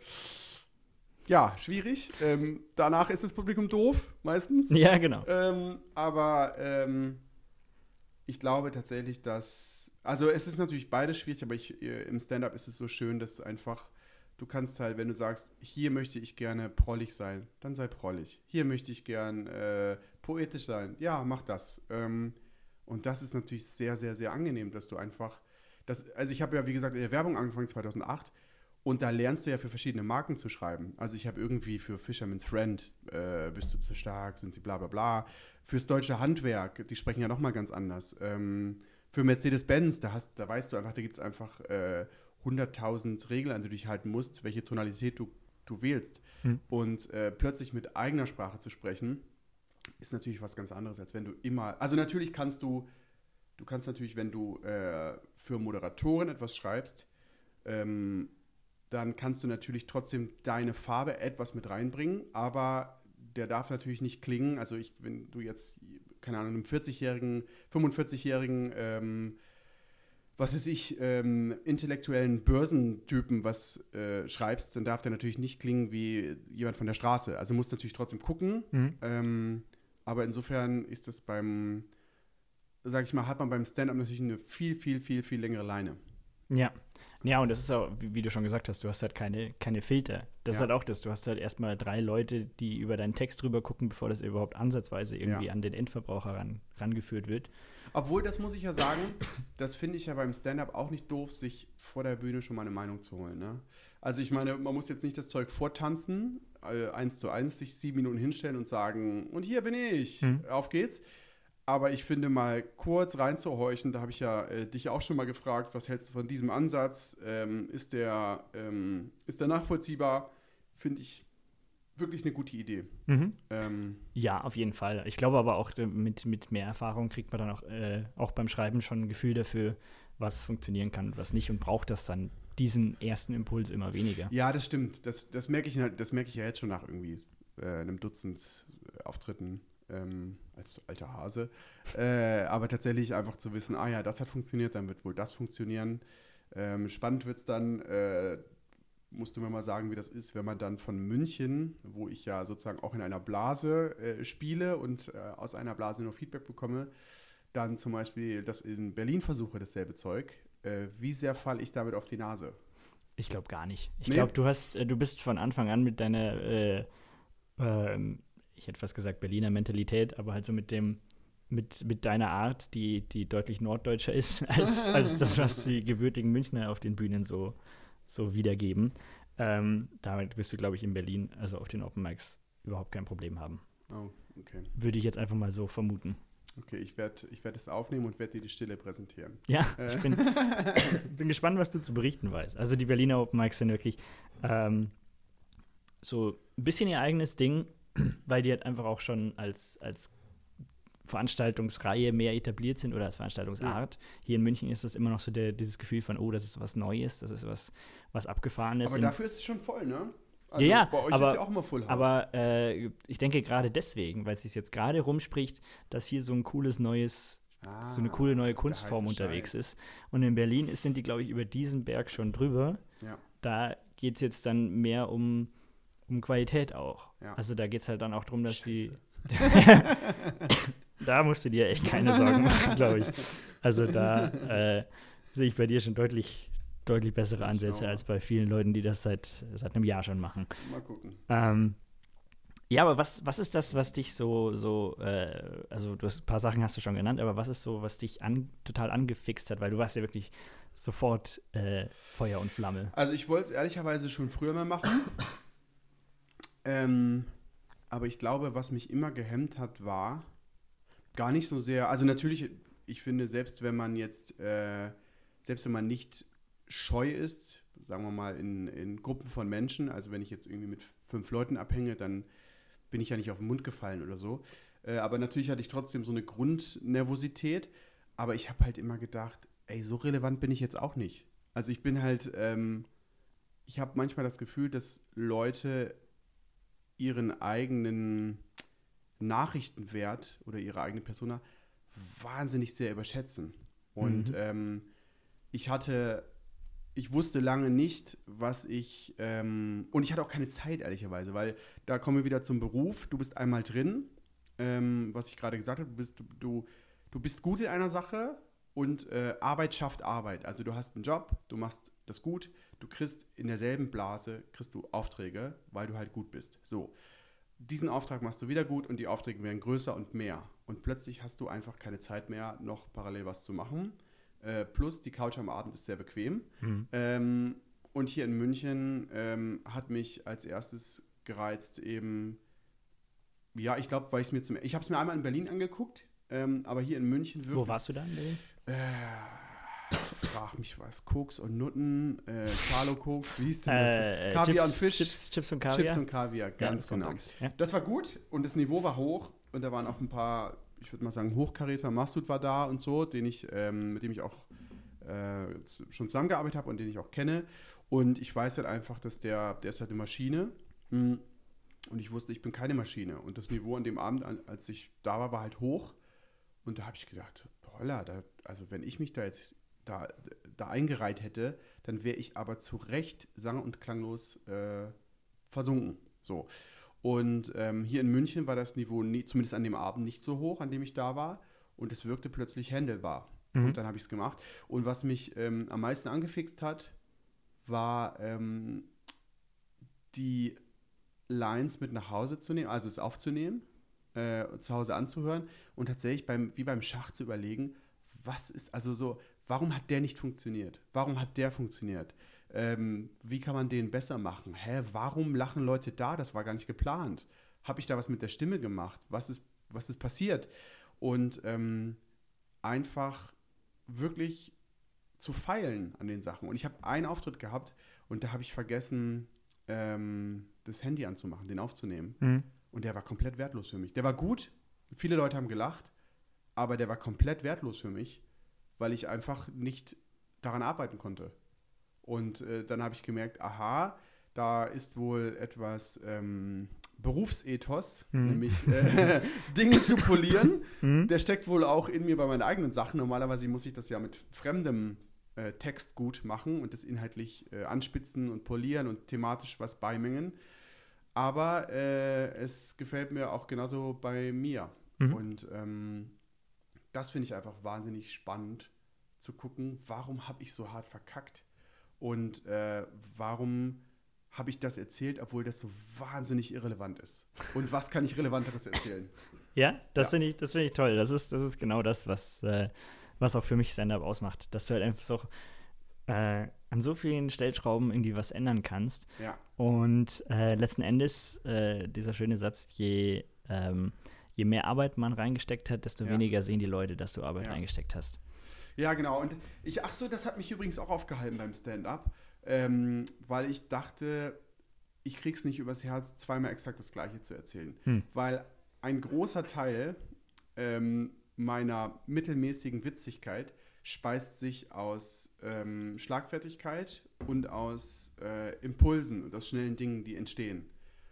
Ja, schwierig. Ähm, danach ist das Publikum doof, meistens. Ja, genau. Ähm, aber ähm, ich glaube tatsächlich, dass, also es ist natürlich beides schwierig, aber ich, äh, im Stand-Up ist es so schön, dass einfach, du kannst halt, wenn du sagst, hier möchte ich gerne prollig sein, dann sei prollig. Hier möchte ich gern äh, poetisch sein. Ja, mach das. Ähm, und das ist natürlich sehr, sehr, sehr angenehm, dass du einfach, das, also ich habe ja, wie gesagt, in der Werbung angefangen zweitausendacht. Und da lernst du ja für verschiedene Marken zu schreiben. Also ich habe irgendwie für Fisherman's Friend, äh, bist du zu stark, sind sie bla bla bla. Fürs deutsche Handwerk, die sprechen ja nochmal ganz anders. Ähm, für Mercedes-Benz, da, hast, da weißt du einfach, da gibt es einfach äh, hunderttausend Regeln, an die du dich halten musst, welche Tonalität du, du wählst. Hm. Und äh, plötzlich mit eigener Sprache zu sprechen, ist natürlich was ganz anderes, als wenn du immer, also natürlich kannst du, du kannst natürlich, wenn du äh, für Moderatoren etwas schreibst, ähm, dann kannst du natürlich trotzdem deine Farbe etwas mit reinbringen, aber der darf natürlich nicht klingen, also ich, wenn du jetzt, keine Ahnung, einem vierzigjährigen, fünfundvierzigjährigen, ähm, was weiß ich, ähm, intellektuellen Börsentypen was äh, schreibst, dann darf der natürlich nicht klingen wie jemand von der Straße. Also musst natürlich trotzdem gucken, mhm. ähm, aber insofern ist das beim, sag ich mal, hat man beim Stand-Up natürlich eine viel, viel, viel, viel längere Leine. Ja. Ja, und das ist auch, wie, wie du schon gesagt hast, du hast halt keine, keine Filter. Das ja. ist halt auch das. Du hast halt erstmal drei Leute, die über deinen Text drüber gucken, bevor das überhaupt ansatzweise irgendwie ja. an den Endverbraucher ran, rangeführt wird. Obwohl, das muss ich ja sagen, das finde ich ja beim Stand-Up auch nicht doof, sich vor der Bühne schon mal eine Meinung zu holen. Ne? Also ich meine, man muss jetzt nicht das Zeug vortanzen, äh, eins zu eins sich sieben Minuten hinstellen und sagen, und hier bin ich, hm. auf geht's. Aber ich finde, mal kurz reinzuhorchen, da habe ich ja äh, dich auch schon mal gefragt, was hältst du von diesem Ansatz? Ähm, ist, der, ähm, ist der nachvollziehbar? Finde ich wirklich eine gute Idee. Mhm. Ähm, ja, auf jeden Fall. Ich glaube aber auch, mit, mit mehr Erfahrung kriegt man dann auch, äh, auch beim Schreiben schon ein Gefühl dafür, was funktionieren kann und was nicht und braucht das dann diesen ersten Impuls immer weniger. Ja, das stimmt. Das, das merke ich, das merke ich ja jetzt schon nach irgendwie äh, einem Dutzend Auftritten. Ähm, als alter Hase, äh, aber tatsächlich einfach zu wissen, ah ja, das hat funktioniert, dann wird wohl das funktionieren. Ähm, spannend wird es dann, äh, musst du mir mal sagen, wie das ist, wenn man dann von München, wo ich ja sozusagen auch in einer Blase äh, spiele und äh, aus einer Blase nur Feedback bekomme, dann zum Beispiel das in Berlin versuche, dasselbe Zeug. Äh, wie sehr falle ich damit auf die Nase? Ich glaube gar nicht. Ich Nee? glaube, du hast, äh, du bist von Anfang an mit deiner äh, ähm, ich hätte fast gesagt Berliner Mentalität, aber halt so mit dem, mit, mit deiner Art, die, die deutlich norddeutscher ist, als, als das, was die gebürtigen Münchner auf den Bühnen so, so wiedergeben. Ähm, damit wirst du, glaube ich, in Berlin, also auf den Open Mics, überhaupt kein Problem haben. Oh, okay. Würde ich jetzt einfach mal so vermuten. Okay, ich werde ich werd es aufnehmen und werde dir die Stille präsentieren. Ja, äh. ich bin, bin gespannt, was du zu berichten weißt. Also die Berliner Open Mics sind wirklich ähm, so ein bisschen ihr eigenes Ding, weil die halt einfach auch schon als, als Veranstaltungsreihe mehr etabliert sind oder als Veranstaltungsart. Ja. Hier in München ist das immer noch so der, dieses Gefühl von, oh, das ist was Neues, das ist was, was Abgefahrenes. Aber dafür ist es schon voll, ne? Also ja, bei euch aber, ist ja auch immer Full House. Aber äh, ich denke gerade deswegen, weil es sich jetzt gerade rumspricht, dass hier so ein cooles neues, ah, so eine coole neue Kunstform unterwegs Scheiß. ist. Und in Berlin ist, sind die, glaube ich, über diesen Berg schon drüber. Ja. Da geht es jetzt dann mehr um um Qualität auch. Ja. Also da geht es halt dann auch darum, dass Scheiße. Da musst du dir echt keine Sorgen machen, glaube ich. Also da äh, sehe ich bei dir schon deutlich, deutlich bessere Ansätze als bei vielen Leuten, die das seit, seit einem Jahr schon machen. Mal gucken. Ähm, ja, aber was, was ist das, was dich so, so äh, also du hast ein paar Sachen hast du schon genannt, aber was ist so, was dich an, total angefixt hat? Weil du warst ja wirklich sofort äh, Feuer und Flamme. Also ich wollte es ehrlicherweise schon früher mal machen. ähm, aber ich glaube, was mich immer gehemmt hat, war gar nicht so sehr, also natürlich, ich finde, selbst wenn man jetzt, äh, selbst wenn man nicht scheu ist, sagen wir mal in, in Gruppen von Menschen, also wenn ich jetzt irgendwie mit fünf Leuten abhänge, dann bin ich ja nicht auf den Mund gefallen oder so. Äh, aber natürlich hatte ich trotzdem so eine Grundnervosität. Aber ich habe halt immer gedacht, ey, so relevant bin ich jetzt auch nicht. Also ich bin halt, ähm, ich habe manchmal das Gefühl, dass Leute ihren eigenen Nachrichtenwert oder ihre eigene Persona wahnsinnig sehr überschätzen. Und Mhm. ähm, ich hatte ich wusste lange nicht, was ich, ähm, und ich hatte auch keine Zeit, ehrlicherweise, weil da kommen wir wieder zum Beruf. Du bist einmal drin, ähm, was ich gerade gesagt habe, du bist, du, du bist gut in einer Sache und äh, Arbeit schafft Arbeit. Also du hast einen Job, du machst das gut, du kriegst in derselben Blase, kriegst du Aufträge, weil du halt gut bist. So, diesen Auftrag machst du wieder gut und die Aufträge werden größer und mehr. Und plötzlich hast du einfach keine Zeit mehr, noch parallel was zu machen. Äh, plus die Couch am Abend ist sehr bequem. Mhm. Ähm, und hier in München ähm, hat mich als erstes gereizt eben, ja, ich glaube, weil ich es mir zum, ich habe es mir einmal in Berlin angeguckt, ähm, aber hier in München wirklich. Wo warst du da in Berlin? Äh, frag mich was, Koks und Nutten, äh, Carlo Koks, wie hieß denn das? Äh, Kaviar Chips, und Fisch. Chips, Chips und Kaviar. Chips und Kaviar, ganz ja, genau. sonntags, ja. Das war gut und das Niveau war hoch und da waren auch ein paar, ich würde mal sagen, Hochkaräter. Masud war da und so, den ich, ähm, mit dem ich auch äh, schon zusammengearbeitet habe und den ich auch kenne. Und ich weiß halt einfach, dass der, der ist halt eine Maschine. Und ich wusste, ich bin keine Maschine. Und das Niveau an dem Abend, als ich da war, war halt hoch. Und da habe ich gedacht, holla, da, also wenn ich mich da jetzt da, da eingereiht hätte, dann wäre ich aber zu Recht sang- und klanglos äh, versunken. So. Und ähm, hier in München war das Niveau nie, zumindest an dem Abend nicht so hoch, an dem ich da war. Und es wirkte plötzlich handelbar. Mhm. Und dann habe ich es gemacht. Und was mich ähm, am meisten angefixt hat, war ähm, die Lines mit nach Hause zu nehmen, also es aufzunehmen, äh, zu Hause anzuhören und tatsächlich beim, wie beim Schach zu überlegen, was ist, also so, warum hat der nicht funktioniert? Warum hat der funktioniert? Ähm, wie kann man den besser machen? Hä, warum lachen Leute da? Das war gar nicht geplant. Habe ich da was mit der Stimme gemacht? Was ist, was ist passiert? Und ähm, einfach wirklich zu feilen an den Sachen. Und ich habe einen Auftritt gehabt und da habe ich vergessen, ähm, das Handy anzumachen, den aufzunehmen. Mhm. Und der war komplett wertlos für mich. Der war gut, viele Leute haben gelacht, aber der war komplett wertlos für mich, weil ich einfach nicht daran arbeiten konnte. Und äh, dann habe ich gemerkt, aha, da ist wohl etwas ähm, Berufsethos, mhm. nämlich äh, Dinge zu polieren. Mhm. Der steckt wohl auch in mir bei meinen eigenen Sachen. Normalerweise muss ich das ja mit fremdem äh, Text gut machen und das inhaltlich äh, anspitzen und polieren und thematisch was beimengen. Aber äh, es gefällt mir auch genauso bei mir. Mhm. Und ähm, das finde ich einfach wahnsinnig spannend zu gucken, warum habe ich so hart verkackt? Und äh, warum habe ich das erzählt, obwohl das so wahnsinnig irrelevant ist? Und was kann ich Relevanteres erzählen? Ja, das ja. finde ich, das find ich toll. Das ist, das ist genau das, was, äh, was auch für mich Stand-Up ausmacht. Dass du halt einfach so äh, an so vielen Stellschrauben irgendwie was ändern kannst. Ja. Und äh, letzten Endes, äh, dieser schöne Satz, je, ähm, je mehr Arbeit man reingesteckt hat, desto ja. weniger sehen die Leute, dass du Arbeit ja. reingesteckt hast. Ja, genau. Und ich, ach so, das hat mich übrigens auch aufgehalten beim Stand-Up, ähm, weil ich dachte, ich krieg's nicht übers Herz, zweimal exakt das Gleiche zu erzählen. Hm. Weil ein großer Teil ähm, meiner mittelmäßigen Witzigkeit speist sich aus ähm, Schlagfertigkeit und aus äh, Impulsen und aus schnellen Dingen, die entstehen.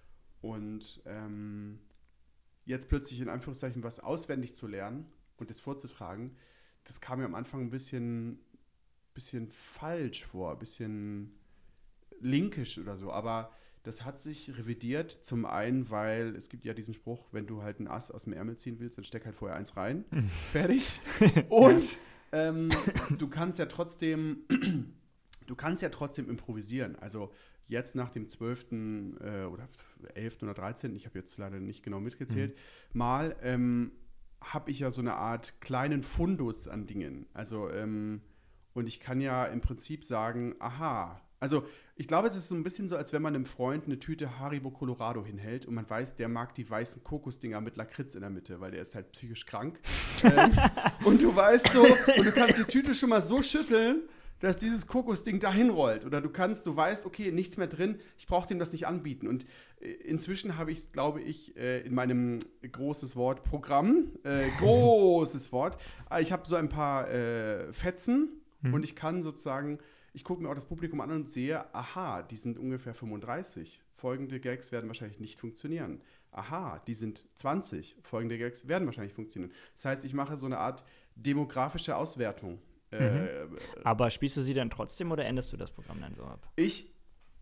Und ähm, jetzt plötzlich in Anführungszeichen was auswendig zu lernen und das vorzutragen, das kam mir am Anfang ein bisschen, bisschen falsch vor, ein bisschen linkisch oder so. Aber Das hat sich revidiert, zum einen, weil es gibt ja diesen Spruch, wenn du halt ein Ass aus dem Ärmel ziehen willst, dann steck halt vorher eins rein. Fertig. Und ähm, du kannst ja trotzdem, du kannst ja trotzdem improvisieren. Also jetzt nach dem zwölften Äh, oder elften oder dreizehnten ich habe jetzt leider nicht genau mitgezählt, mhm. mal ähm, habe ich ja so eine Art kleinen Fundus an Dingen. Also, ähm, und ich kann ja im Prinzip sagen, aha, also ich glaube, es ist so ein bisschen so, als wenn man einem Freund eine Tüte Haribo Colorado hinhält und man weiß, der mag die weißen Kokosdinger mit Lakritz in der Mitte, weil der ist halt psychisch krank. ähm, und du weißt so, und du kannst die Tüte schon mal so schütteln, dass dieses Kokosding dahin rollt. Oder du kannst, du weißt, okay, nichts mehr drin, ich brauche dem das nicht anbieten. Und äh, inzwischen habe ich, glaube ich, äh, in meinem großes Wort Programm, äh, großes Wort, äh, ich habe so ein paar äh, Fetzen hm. und ich kann sozusagen, ich gucke mir auch das Publikum an und sehe, aha, die sind ungefähr fünfunddreißig. Folgende Gags werden wahrscheinlich nicht funktionieren. Aha, die sind zwanzig. Folgende Gags werden wahrscheinlich funktionieren. Das heißt, ich mache so eine Art demografische Auswertung. Mhm. Äh, Aber spielst du sie dann trotzdem oder änderst du das Programm dann so ab? Ich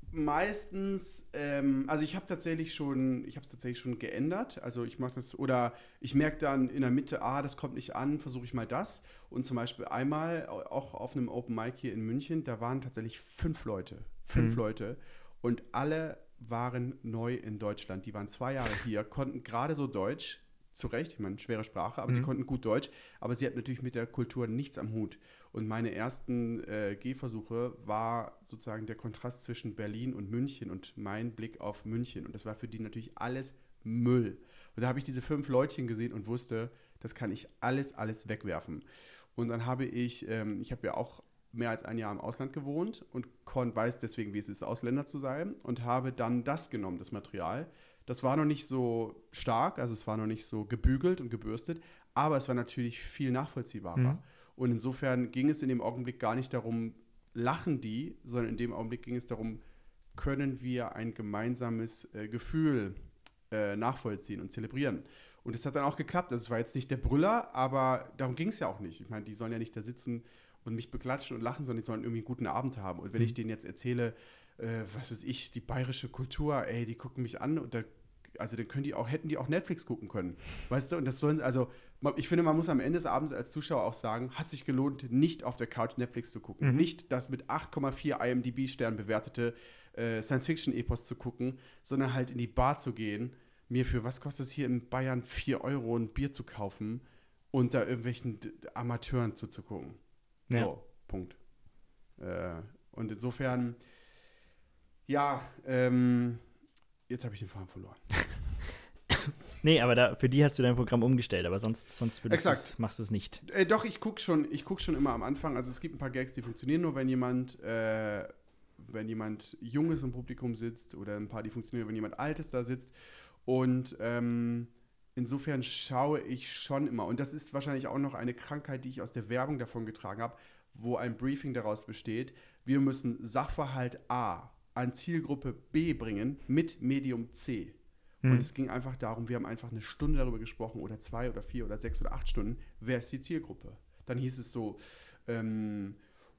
meistens, ähm, also ich habe tatsächlich schon, ich habe es tatsächlich schon geändert. Also ich mache das, oder ich merke dann in der Mitte, ah, das kommt nicht an, versuche ich mal das. Und zum Beispiel einmal, auch auf einem Open Mic hier in München, da waren tatsächlich fünf Leute. Fünf mhm. Leute. Und alle waren neu in Deutschland. Die waren zwei Jahre hier, konnten gerade so Deutsch, zu Recht, ich meine, schwere Sprache, aber mhm. sie konnten gut Deutsch, aber sie hatten natürlich mit der Kultur nichts am Hut. Und meine ersten äh, Gehversuche war sozusagen der Kontrast zwischen Berlin und München und mein Blick auf München. Und das war für die natürlich alles Müll. Und da habe ich diese fünf Leutchen gesehen und wusste, das kann ich alles, alles wegwerfen. Und dann habe ich, ähm, ich habe ja auch mehr als ein Jahr im Ausland gewohnt und kon, weiß deswegen, wie es ist, Ausländer zu sein, und habe dann das genommen, das Material. Das war noch nicht so stark, also es war noch nicht so gebügelt und gebürstet, aber es war natürlich viel nachvollziehbarer. Mhm. Und insofern ging es in dem Augenblick gar nicht darum, lachen die, sondern in dem Augenblick ging es darum, können wir ein gemeinsames äh, Gefühl äh, nachvollziehen und zelebrieren. Und es hat dann auch geklappt. Also es war jetzt nicht der Brüller, aber darum ging es ja auch nicht. Ich meine, die sollen ja nicht da sitzen und mich beklatschen und lachen, sondern die sollen irgendwie einen guten Abend haben. Und wenn mhm. ich denen jetzt erzähle, äh, was weiß ich, die bayerische Kultur, ey, die gucken mich an und da, also dann können die auch, hätten die auch Netflix gucken können. Weißt du, und das sollen, also ich finde, man muss am Ende des Abends als Zuschauer auch sagen, hat sich gelohnt, nicht auf der Couch Netflix zu gucken. Mhm. Nicht das mit acht Komma vier I M D B-Sternen bewertete äh, Science-Fiction-Epos zu gucken, sondern halt in die Bar zu gehen, mir für, was kostet es hier in Bayern, vier Euro ein Bier zu kaufen und da irgendwelchen D- Amateuren zuzugucken. Ja. So, Punkt. Äh, und insofern, ja, ähm, jetzt habe ich den Faden verloren. Nee, aber da, für die hast du dein Programm umgestellt, aber sonst, sonst machst du es nicht. Äh, doch, ich gucke schon, ich guck schon immer am Anfang. Also es gibt ein paar Gags, die funktionieren nur, wenn jemand, äh, wenn jemand Junges im Publikum sitzt, oder ein paar, die funktionieren, wenn jemand Altes da sitzt. Und ähm, insofern schaue ich schon immer. Und das ist wahrscheinlich auch noch eine Krankheit, die ich aus der Werbung davon getragen habe, wo ein Briefing daraus besteht. Wir müssen Sachverhalt A an Zielgruppe B bringen mit Medium C. Und mhm. es ging einfach darum, wir haben einfach eine Stunde darüber gesprochen oder zwei oder vier oder sechs oder acht Stunden, wer ist die Zielgruppe? Dann hieß es so, ähm,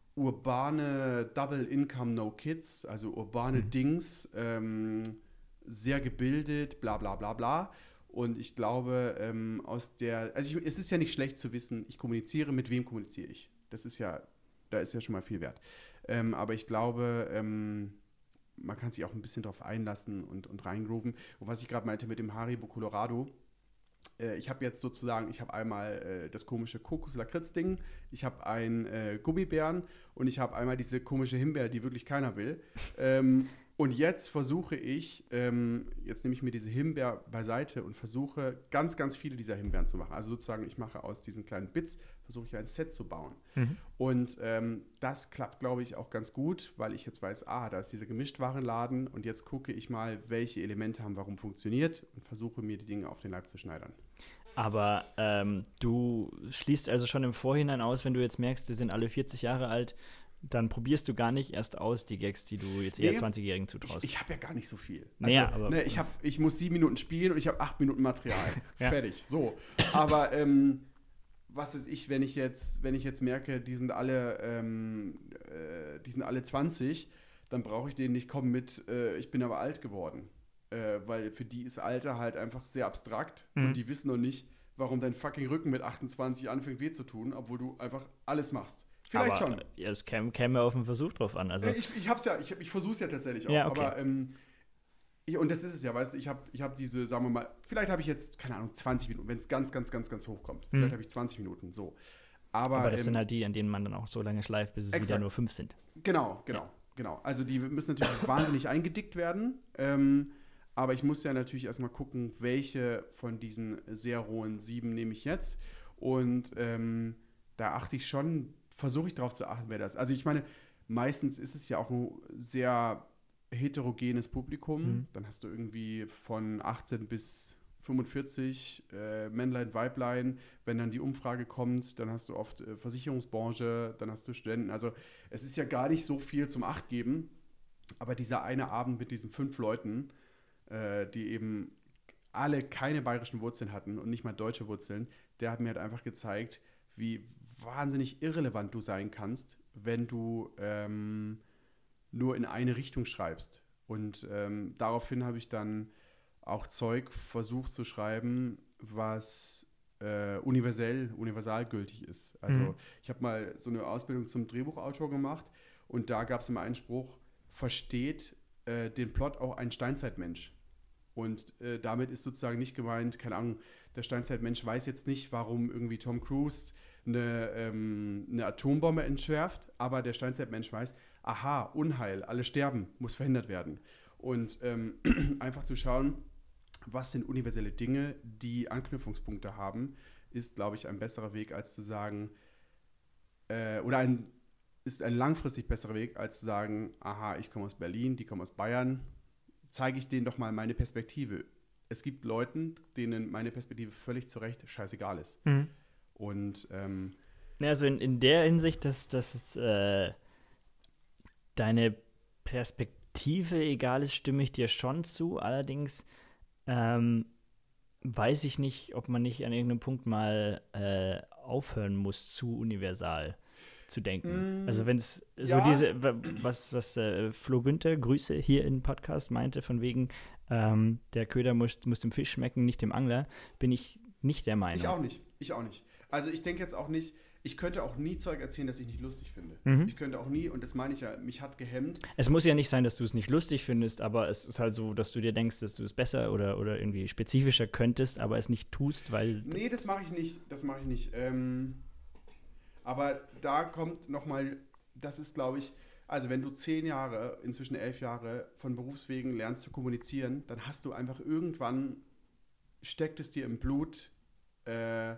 urbane Double Income No Kids, also urbane mhm. Dings, ähm, sehr gebildet, bla bla bla bla. Und ich glaube, ähm, aus der, also ich, es ist ja nicht schlecht zu wissen, ich kommuniziere, mit wem kommuniziere ich? Das ist ja, da ist ja schon mal viel wert. Ähm, aber ich glaube, ähm, man kann sich auch ein bisschen drauf einlassen und, und reingrooven. Und was ich gerade meinte mit dem Haribo Colorado, äh, ich habe jetzt sozusagen, ich habe einmal äh, das komische Kokos-Lakritz-Ding, ich habe einen äh, Gummibären und ich habe einmal diese komische Himbeere, die wirklich keiner will. ähm, und jetzt versuche ich, ähm, jetzt nehme ich mir diese Himbeer beiseite und versuche ganz, ganz viele dieser Himbeeren zu machen. Also sozusagen, ich mache aus diesen kleinen Bits, versuche ich ein Set zu bauen. Mhm. Und ähm, das klappt, glaube ich, auch ganz gut, weil ich jetzt weiß, ah, da ist dieser Gemischtwarenladen und jetzt gucke ich mal, welche Elemente haben warum funktioniert und versuche mir die Dinge auf den Leib zu schneidern. Aber ähm, du schließt also schon im Vorhinein aus, wenn du jetzt merkst, die sind alle vierzig Jahre alt, dann probierst du gar nicht erst aus die Gags, die du jetzt eher nee, zwanzigjährigen zutraust. Ich, ich habe ja gar nicht so viel. Also, naja, aber ne, ich, hab, ich muss sieben Minuten spielen und ich habe acht Minuten Material. Ja. Fertig. So. Aber ähm, was ist ich, wenn ich jetzt, wenn ich jetzt merke, die sind alle, ähm, äh, die sind alle zwanzig, dann brauche ich denen nicht kommen mit, äh, ich bin aber alt geworden. Äh, weil für die ist Alter halt einfach sehr abstrakt Mhm. und die wissen noch nicht, warum dein fucking Rücken mit achtundzwanzig anfängt weh zu tun, obwohl du einfach alles machst. Vielleicht aber schon. Ja, es käme, käme auf den Versuch drauf an. Also, Äh, ich ich hab's ja, ich, ich versuche es ja tatsächlich auch. Ja, okay. Aber ähm, ich, und das ist es ja, weißt du, ich habe ich hab diese, sagen wir mal, vielleicht habe ich jetzt, keine Ahnung, zwanzig Minuten, wenn es ganz, ganz, ganz, ganz hoch kommt. Vielleicht Mhm. habe ich zwanzig Minuten, so. Aber, aber das ähm, sind halt die, an denen man dann auch so lange schleift, bis es exakt. wieder nur fünf sind. Genau, genau, Ja. genau. Also die müssen natürlich wahnsinnig eingedickt werden. Ähm, aber ich muss ja natürlich erstmal gucken, welche von diesen sehr rohen sieben nehme ich jetzt. Und ähm, da achte ich schon, versuche ich darauf zu achten, wer das ist. Also ich meine, meistens ist es ja auch ein sehr heterogenes Publikum. Mhm. Dann hast du irgendwie von achtzehn bis fünfundvierzig, äh, Männlein, Weiblein. Wenn dann die Umfrage kommt, dann hast du oft äh, Versicherungsbranche, dann hast du Studenten. Also es ist ja gar nicht so viel zum Acht geben. Aber dieser eine Abend mit diesen fünf Leuten, äh, die eben alle keine bayerischen Wurzeln hatten und nicht mal deutsche Wurzeln, der hat mir halt einfach gezeigt, wie wahnsinnig irrelevant du sein kannst, wenn du ähm, nur in eine Richtung schreibst. Und ähm, daraufhin habe ich dann auch Zeug versucht zu schreiben, was äh, universell, universal gültig ist. Also Mhm. ich habe mal so eine Ausbildung zum Drehbuchautor gemacht und da gab es immer einen Spruch, versteht äh, den Plot auch ein Steinzeitmensch. Und äh, damit ist sozusagen nicht gemeint, keine Ahnung, der Steinzeitmensch weiß jetzt nicht, warum irgendwie Tom Cruise eine, ähm, eine Atombombe entschärft, aber der Steinzeitmensch weiß, aha, Unheil, alle sterben, muss verhindert werden. Und ähm, einfach zu schauen, was sind universelle Dinge, die Anknüpfungspunkte haben, ist, glaube ich, ein besserer Weg, als zu sagen, äh, oder ein, ist ein langfristig besserer Weg, als zu sagen, aha, ich komme aus Berlin, die kommen aus Bayern, zeige ich denen doch mal meine Perspektive. Es gibt Leuten, denen meine Perspektive völlig zu Recht scheißegal ist. Mhm. Und ähm, Ja, also in, in der Hinsicht, dass, dass es, äh, deine Perspektive egal ist, stimme ich dir schon zu. Allerdings ähm, weiß ich nicht, ob man nicht an irgendeinem Punkt mal äh, aufhören muss, zu universal zu denken. Mm, also wenn es so ja. diese, wa- was, was äh, Flo Günther, Grüße hier im Podcast, meinte, von wegen, ähm, der Köder muss, muss dem Fisch schmecken, nicht dem Angler, bin ich nicht der Meinung. ich auch nicht. Ich auch nicht. Also ich denke jetzt auch nicht, ich könnte auch nie Zeug erzählen, das ich nicht lustig finde. Mhm. Ich könnte auch nie, und das meine ich ja, mich hat gehemmt. Es muss ja nicht sein, dass du es nicht lustig findest, aber es ist halt so, dass du dir denkst, dass du es besser oder, oder irgendwie spezifischer könntest, aber es nicht tust, weil. Nee, das mache ich nicht. Das mache ich nicht. Ähm, aber da kommt nochmal, das ist, glaube ich, also wenn du zehn Jahre, inzwischen elf Jahre von Berufswegen lernst zu kommunizieren, dann hast du einfach irgendwann, steckt es dir im Blut, äh,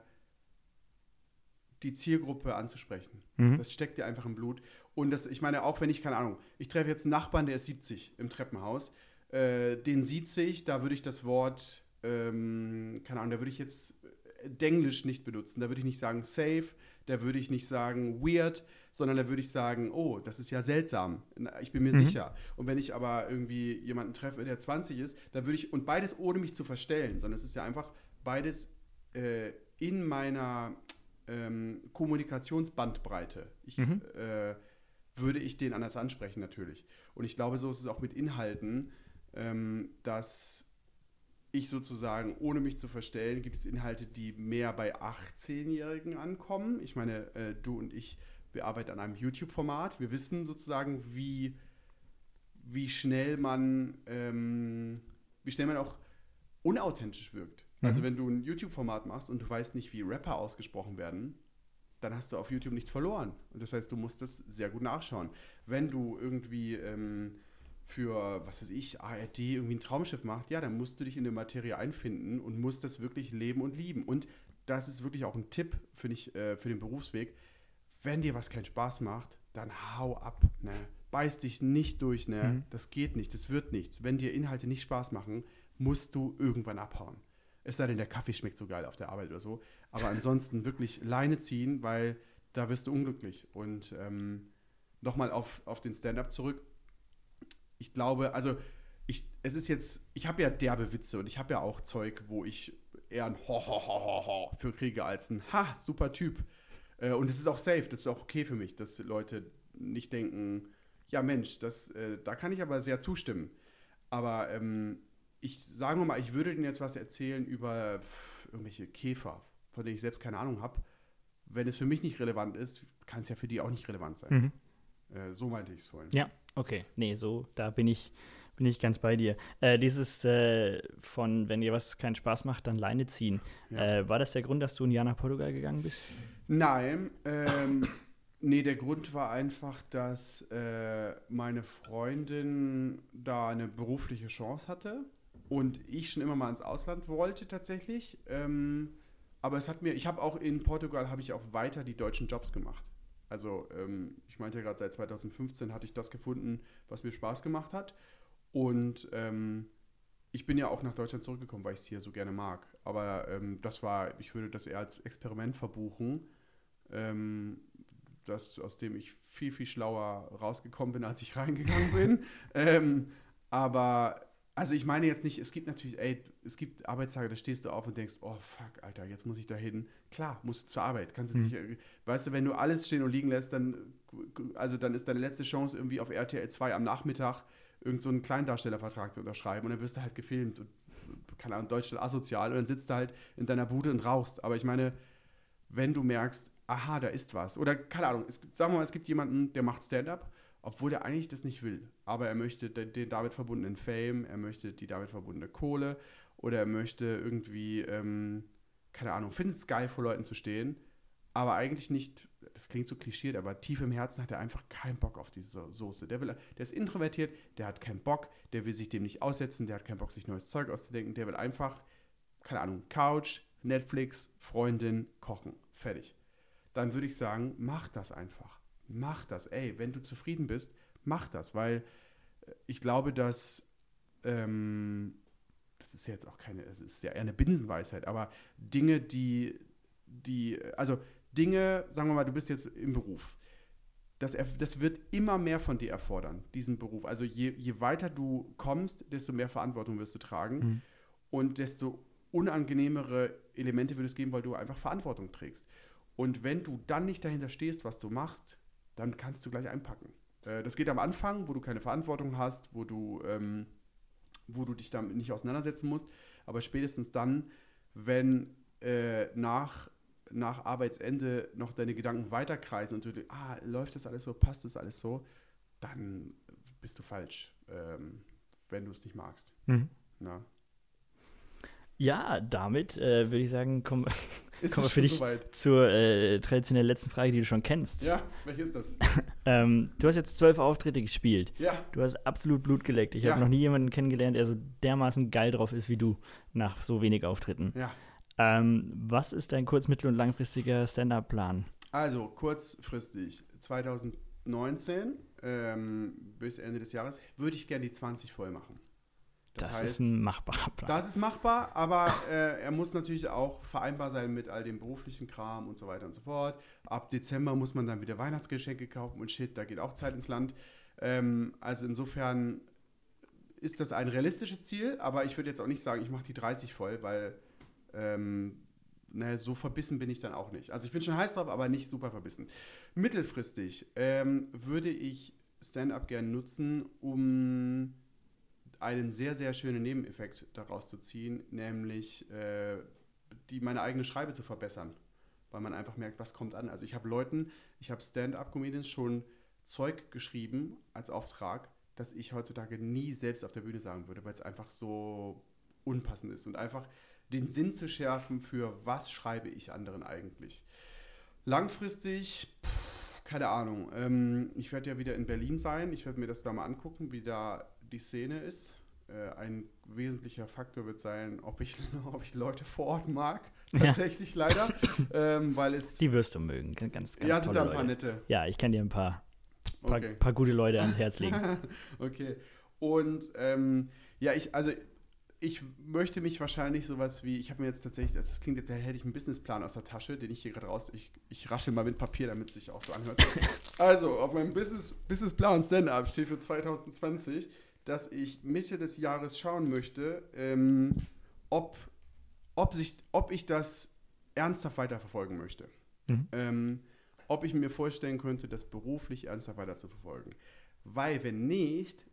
die Zielgruppe anzusprechen. Mhm. Das steckt dir einfach im Blut. Und das, ich meine, auch wenn ich, keine Ahnung, ich treffe jetzt einen Nachbarn, der ist siebzig im Treppenhaus, äh, den sieht sich, da würde ich das Wort, ähm, keine Ahnung, da würde ich jetzt Denglisch nicht benutzen. Da würde ich nicht sagen safe, da würde ich nicht sagen weird, sondern da würde ich sagen, oh, das ist ja seltsam. Ich bin mir Mhm. sicher. Und wenn ich aber irgendwie jemanden treffe, der zwanzig ist, dann würde ich, und beides ohne mich zu verstellen, sondern es ist ja einfach beides äh, in meiner ähm, Kommunikationsbandbreite. Ich, Mhm. äh, würde ich den anders ansprechen natürlich. Und ich glaube, so ist es auch mit Inhalten, ähm, dass ich sozusagen, ohne mich zu verstellen, gibt es Inhalte, die mehr bei achtzehnjährigen ankommen. Ich meine, äh, du und ich, wir arbeiten an einem YouTube-Format. Wir wissen sozusagen, wie, wie schnell man, ähm, wie schnell man auch unauthentisch wirkt. Mhm. Also wenn du ein YouTube-Format machst und du weißt nicht, wie Rapper ausgesprochen werden, dann hast du auf YouTube nichts verloren. Und das heißt, du musst das sehr gut nachschauen. Wenn du irgendwie ähm, für, was weiß ich, A R D irgendwie ein Traumschiff macht, ja, dann musst du dich in der Materie einfinden und musst das wirklich leben und lieben. Und das ist wirklich auch ein Tipp, finde ich, äh, für den Berufsweg. Wenn dir was keinen Spaß macht, dann hau ab, ne? Beiß dich nicht durch, ne? Mhm. Das geht nicht, das wird nichts. Wenn dir Inhalte nicht Spaß machen, musst du irgendwann abhauen. Es sei denn, der Kaffee schmeckt so geil auf der Arbeit oder so. Aber ansonsten wirklich Leine ziehen, weil da wirst du unglücklich. Und ähm, nochmal auf, auf den Stand-up zurück. Ich glaube, also ich, es ist jetzt, ich habe ja derbe Witze und ich habe ja auch Zeug, wo ich eher ein Ho, ho, ho, ho, ho für kriege als ein Ha, super Typ. Äh, und es ist auch safe, das ist auch okay für mich, dass Leute nicht denken, Ja, Mensch, das, äh, da kann ich aber sehr zustimmen. Aber ähm, ich sage mal, ich würde Ihnen jetzt was erzählen über pff, irgendwelche Käfer, von denen ich selbst keine Ahnung habe. Wenn es für mich nicht relevant ist, kann es ja für die auch nicht relevant sein. Mhm. Äh, so meinte ich es vorhin. Ja, okay. Nee, so, da bin ich, bin ich ganz bei dir. Äh, dieses äh, von, wenn dir was keinen Spaß macht, dann Leine ziehen. Ja. Äh, war das der Grund, dass du ein Jahr nach Portugal gegangen bist? Nein, ähm, nee, der Grund war einfach, dass äh, meine Freundin da eine berufliche Chance hatte und ich schon immer mal ins Ausland wollte tatsächlich. Ähm, aber es hat mir, ich habe auch in Portugal, habe ich auch weiter die deutschen Jobs gemacht. Also ähm, ich meinte ja gerade, seit zwanzig fünfzehn hatte ich das gefunden, was mir Spaß gemacht hat. Und ähm, ich bin ja auch nach Deutschland zurückgekommen, weil ich es hier so gerne mag. Aber ähm, das war, ich würde das eher als Experiment verbuchen, ähm, das, aus dem ich viel, viel schlauer rausgekommen bin, als ich reingegangen bin. ähm, aber, also ich meine jetzt nicht, es gibt natürlich, ey, es gibt Arbeitstage, da stehst du auf und denkst, oh fuck, Alter, jetzt muss ich da hin. Klar, musst du zur Arbeit. Kannst du mhm. nicht, weißt du, wenn du alles stehen und liegen lässt, dann, also dann ist deine letzte Chance irgendwie auf R T L zwei am Nachmittag irgend so einen Kleindarstellervertrag zu unterschreiben und dann wirst du halt gefilmt und, keine Ahnung, Deutschland asozial und dann sitzt du halt in deiner Bude und rauchst. Aber ich meine, wenn du merkst, aha, da ist was. Oder, keine Ahnung, es, sagen wir mal, es gibt jemanden, der macht Stand-up, obwohl der eigentlich das nicht will. Aber er möchte den, den damit verbundenen Fame, er möchte die damit verbundene Kohle oder er möchte irgendwie, ähm, keine Ahnung, findet es geil, vor Leuten zu stehen, aber eigentlich nicht, das klingt so klischiert, aber tief im Herzen hat er einfach keinen Bock auf diese Soße. Der, will, der ist introvertiert, der hat keinen Bock, der will sich dem nicht aussetzen, der hat keinen Bock, sich neues Zeug auszudenken, der will einfach, keine Ahnung, Couch, Netflix, Freundin, kochen, fertig. Dann würde ich sagen, mach das einfach. Mach das. Ey, wenn du zufrieden bist, mach das. Weil ich glaube, dass, ähm, das ist jetzt auch keine, es ist ja eher eine Binsenweisheit, aber Dinge, die, die, also Dinge, sagen wir mal, du bist jetzt im Beruf. Das, das wird immer mehr von dir erfordern, diesen Beruf. Also je, je weiter du kommst, desto mehr Verantwortung wirst du tragen mhm. und desto unangenehmere Elemente wird es geben, weil du einfach Verantwortung trägst. Und wenn du dann nicht dahinter stehst, was du machst, dann kannst du gleich einpacken. Äh, das geht am Anfang, wo du keine Verantwortung hast, wo du, ähm, wo du dich damit nicht auseinandersetzen musst. Aber spätestens dann, wenn äh, nach, nach Arbeitsende noch deine Gedanken weiterkreisen und du denkst, ah, läuft das alles so, passt das alles so, dann bist du falsch, ähm, wenn du es nicht magst. Mhm. Na? Ja, damit äh, würde ich sagen, kommen ist kommen wir für dich soweit? zur äh, traditionellen letzten Frage, die du schon kennst. Ja, welche ist das? ähm, du hast jetzt zwölf Auftritte gespielt. Ja. Du hast absolut Blut geleckt. Ich ja. habe noch nie jemanden kennengelernt, der so dermaßen geil drauf ist wie du nach so wenig Auftritten. Ja. Ähm, was ist dein kurz-, mittel- und langfristiger Stand-up-Plan? Also, kurzfristig, zwanzig neunzehn ähm, bis Ende des Jahres, würde ich gerne die zwanzig voll machen. Das, das heißt, ist ein machbarer Plan. Das ist machbar, aber äh, er muss natürlich auch vereinbar sein mit all dem beruflichen Kram und so weiter und so fort. Ab Dezember muss man dann wieder Weihnachtsgeschenke kaufen und shit, da geht auch Zeit ins Land. Ähm, also insofern ist das ein realistisches Ziel, aber ich würde jetzt auch nicht sagen, ich mache die dreißig voll, weil ähm, naja, so verbissen bin ich dann auch nicht. Also ich bin schon heiß drauf, aber nicht super verbissen. Mittelfristig ähm, würde ich Stand-up gerne nutzen, um einen sehr, sehr schönen Nebeneffekt daraus zu ziehen, nämlich äh, die, meine eigene Schreibe zu verbessern, weil man einfach merkt, was kommt an. Also ich habe Leuten, ich habe Stand-up-Comedians schon Zeug geschrieben als Auftrag, das ich heutzutage nie selbst auf der Bühne sagen würde, weil es einfach so unpassend ist und einfach den Sinn zu schärfen für, was schreibe ich anderen eigentlich. Langfristig, pff, keine Ahnung, ähm, ich werde ja wieder in Berlin sein, ich werde mir das da mal angucken, wie da die Szene ist. Äh, ein wesentlicher Faktor wird sein, ob ich, ob ich Leute vor Ort mag, tatsächlich ja. leider. ähm, weil es die wirst du mögen, ganz, ganz ja, sind da ein Leute. paar nette. Ja, ich kann dir ein paar, paar, okay. paar gute Leute ans Herz legen. Okay, und ähm, ja, ich, also ich möchte mich wahrscheinlich sowas wie, ich habe mir jetzt tatsächlich, das klingt jetzt, da hätte ich einen Businessplan aus der Tasche, den ich hier gerade raus, ich, ich rasche mal mit Papier, damit es sich auch so anhört. Also, auf meinem Business, Businessplan Stand-Up steht für zwanzig zwanzig, dass ich Mitte des Jahres schauen möchte, ähm, ob, ob, sich, ob ich das ernsthaft weiterverfolgen möchte. Mhm. Ähm, ob ich mir vorstellen könnte, das beruflich ernsthaft weiterzuverfolgen. Weil wenn nicht,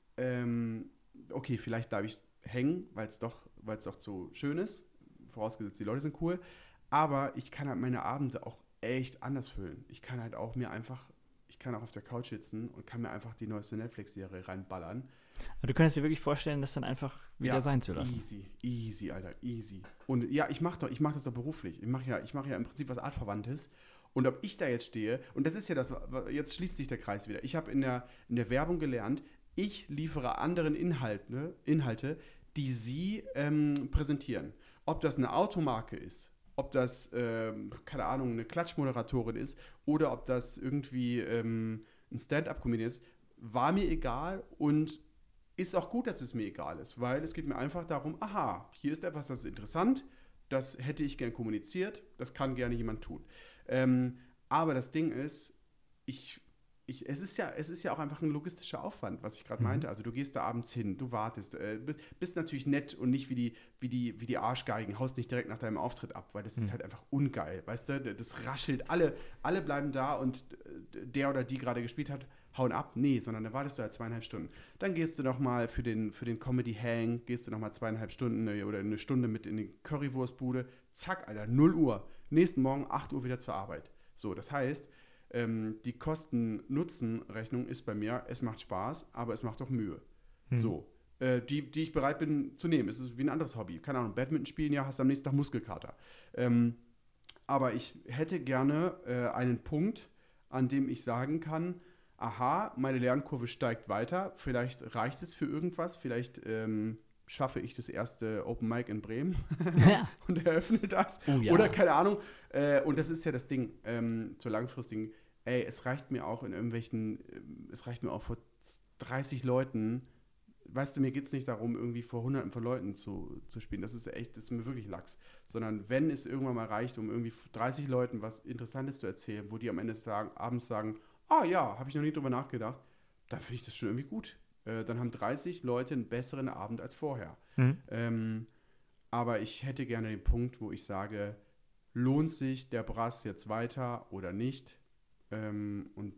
ähm, okay, vielleicht bleibe ich hängen, weil es doch, weil es doch so schön ist, vorausgesetzt die Leute sind cool, aber ich kann halt meine Abende auch echt anders füllen. Ich kann halt auch mir einfach, ich kann auch auf der Couch sitzen und kann mir einfach die neueste Netflix-Serie reinballern. Aber du könntest dir wirklich vorstellen, das dann einfach wieder ja, sein zu lassen. Easy, easy, Alter, easy. Und ja, ich mache doch, ich mache das doch beruflich. Ich mache ja, ich mache ja im Prinzip was Artverwandtes. Und ob ich da jetzt stehe, und das ist ja das, jetzt schließt sich der Kreis wieder. Ich habe in der, in der Werbung gelernt, ich liefere anderen Inhalte, Inhalte die sie ähm, präsentieren. Ob das eine Automarke ist, ob das, ähm, keine Ahnung, eine Klatschmoderatorin ist oder ob das irgendwie ähm, ein Stand-up-Comedian ist, war mir egal und ist auch gut, dass es mir egal ist, weil es geht mir einfach darum, aha, hier ist etwas, das ist interessant, das hätte ich gern kommuniziert, das kann gerne jemand tun. Ähm, aber das Ding ist, ich, ich, es ist ja, es ist ja auch einfach ein logistischer Aufwand, was ich gerade Mhm. meinte. Also du gehst da abends hin, du wartest, äh, bist, bist natürlich nett und nicht wie die, wie die, wie die Arschgeigen, haust nicht direkt nach deinem Auftritt ab, weil das Mhm. ist halt einfach ungeil, weißt du? Das raschelt, alle, alle bleiben da und der oder die gerade gespielt hat, hauen ab. Nee, sondern dann wartest du halt zweieinhalb Stunden. Dann gehst du nochmal für den, für den Comedy-Hang, gehst du nochmal zweieinhalb Stunden oder eine Stunde mit in die Currywurstbude. Zack, Alter, null Uhr. Nächsten Morgen, acht Uhr wieder zur Arbeit. So, das heißt, ähm, die Kosten-Nutzen-Rechnung ist bei mir, es macht Spaß, aber es macht auch Mühe. Mhm. So, äh, die, die ich bereit bin zu nehmen. Es ist wie ein anderes Hobby. Keine Ahnung, Badminton spielen, ja, hast am nächsten Tag Muskelkater. Ähm, aber ich hätte gerne äh, einen Punkt, an dem ich sagen kann, aha, meine Lernkurve steigt weiter, vielleicht reicht es für irgendwas, vielleicht ähm, schaffe ich das erste Open Mic in Bremen Ja. und eröffne das. Oh, ja. Oder keine Ahnung. Äh, und das ist ja das Ding ähm, zur langfristigen, ey, es reicht mir auch in irgendwelchen, ähm, es reicht mir auch vor dreißig Leuten, weißt du, mir geht es nicht darum, irgendwie vor hunderten von Leuten zu, zu spielen. Das ist echt, das ist mir wirklich Lachs. Sondern wenn es irgendwann mal reicht, um irgendwie dreißig Leuten was Interessantes zu erzählen, wo die am Ende sagen, abends sagen, ah ja, habe ich noch nie drüber nachgedacht, dann finde ich das schon irgendwie gut. Äh, dann haben dreißig Leute einen besseren Abend als vorher. Mhm. Ähm, aber ich hätte gerne den Punkt, wo ich sage, lohnt sich der Brass jetzt weiter oder nicht? Ähm, und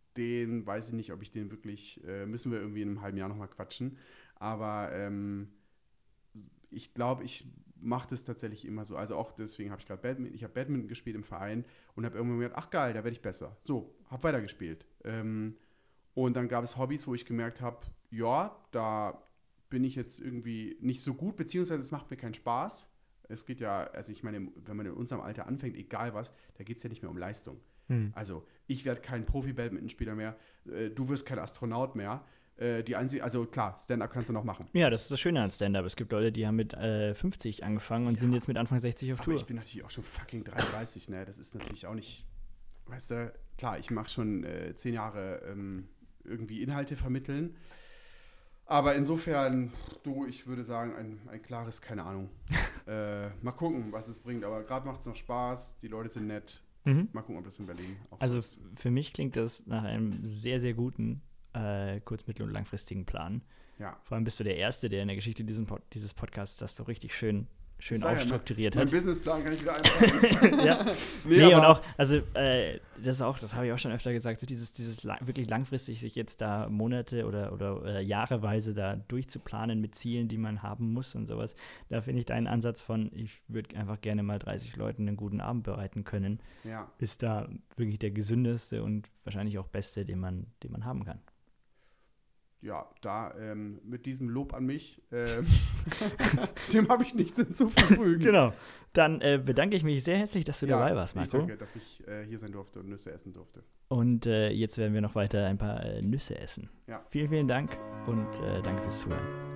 den weiß ich nicht, ob ich den wirklich, äh, müssen wir irgendwie in einem halben Jahr nochmal quatschen. Aber ähm, ich glaube, ich mache das tatsächlich immer so. Also auch deswegen habe ich gerade Badminton, ich habe Badminton gespielt im Verein und habe irgendwann gedacht, ach geil, da werde ich besser. So, habe weitergespielt. Ähm, und dann gab es Hobbys, wo ich gemerkt habe, ja, da bin ich jetzt irgendwie nicht so gut, beziehungsweise es macht mir keinen Spaß. Es geht ja, also ich meine, wenn man in unserem Alter anfängt, egal was, da geht es ja nicht mehr um Leistung. Mhm. Also ich werde kein Profi-Badmintonspieler mehr, äh, du wirst kein Astronaut mehr. Äh, die einzige, also klar, Stand-up kannst du noch machen. Ja, das ist das Schöne an Stand-up. Es gibt Leute, die haben mit äh, fünfzig angefangen und Ja. sind jetzt mit Anfang sechzig auf Aber Tour. ich bin natürlich auch schon fucking dreiunddreißig, ne? Das ist natürlich auch nicht, weißt du, klar, ich mache schon äh, zehn Jahre ähm, irgendwie Inhalte vermitteln. Aber insofern, du, ich würde sagen, ein, ein klares, keine Ahnung. äh, mal gucken, was es bringt. Aber gerade macht es noch Spaß, die Leute sind nett. Mhm. Mal gucken, ob das in Berlin auch Also so ist. f- für mich klingt das nach einem sehr, sehr guten äh, kurz-, mittel- und langfristigen Plan. Ja. Vor allem bist du der Erste, der in der Geschichte diesen Pod- dieses Podcasts das so richtig schön, schön Ich sag ja, aufstrukturiert Mein hat. Businessplan kann ich wieder einbauen. Ja. nee, Nee, und aber- auch, also äh, das ist auch, das habe ich auch schon öfter gesagt, so dieses, dieses lang, wirklich langfristig sich jetzt da Monate oder, oder äh, jahreweise da durchzuplanen mit Zielen, die man haben muss und sowas, da finde ich deinen Ansatz von, ich würde einfach gerne mal dreißig Leuten einen guten Abend bereiten können, Ja. ist da wirklich der gesündeste und wahrscheinlich auch beste, den man, den man haben kann. Ja, da ähm, mit diesem Lob an mich, ähm, dem habe ich nichts hinzuzufügen. Genau. Dann äh, bedanke ich mich sehr herzlich, dass du Ja, dabei warst, ich Marco. danke, dass ich äh, hier sein durfte und Nüsse essen durfte. Und äh, jetzt werden wir noch weiter ein paar äh, Nüsse essen. Ja. Vielen, vielen Dank und äh, danke fürs Zuhören.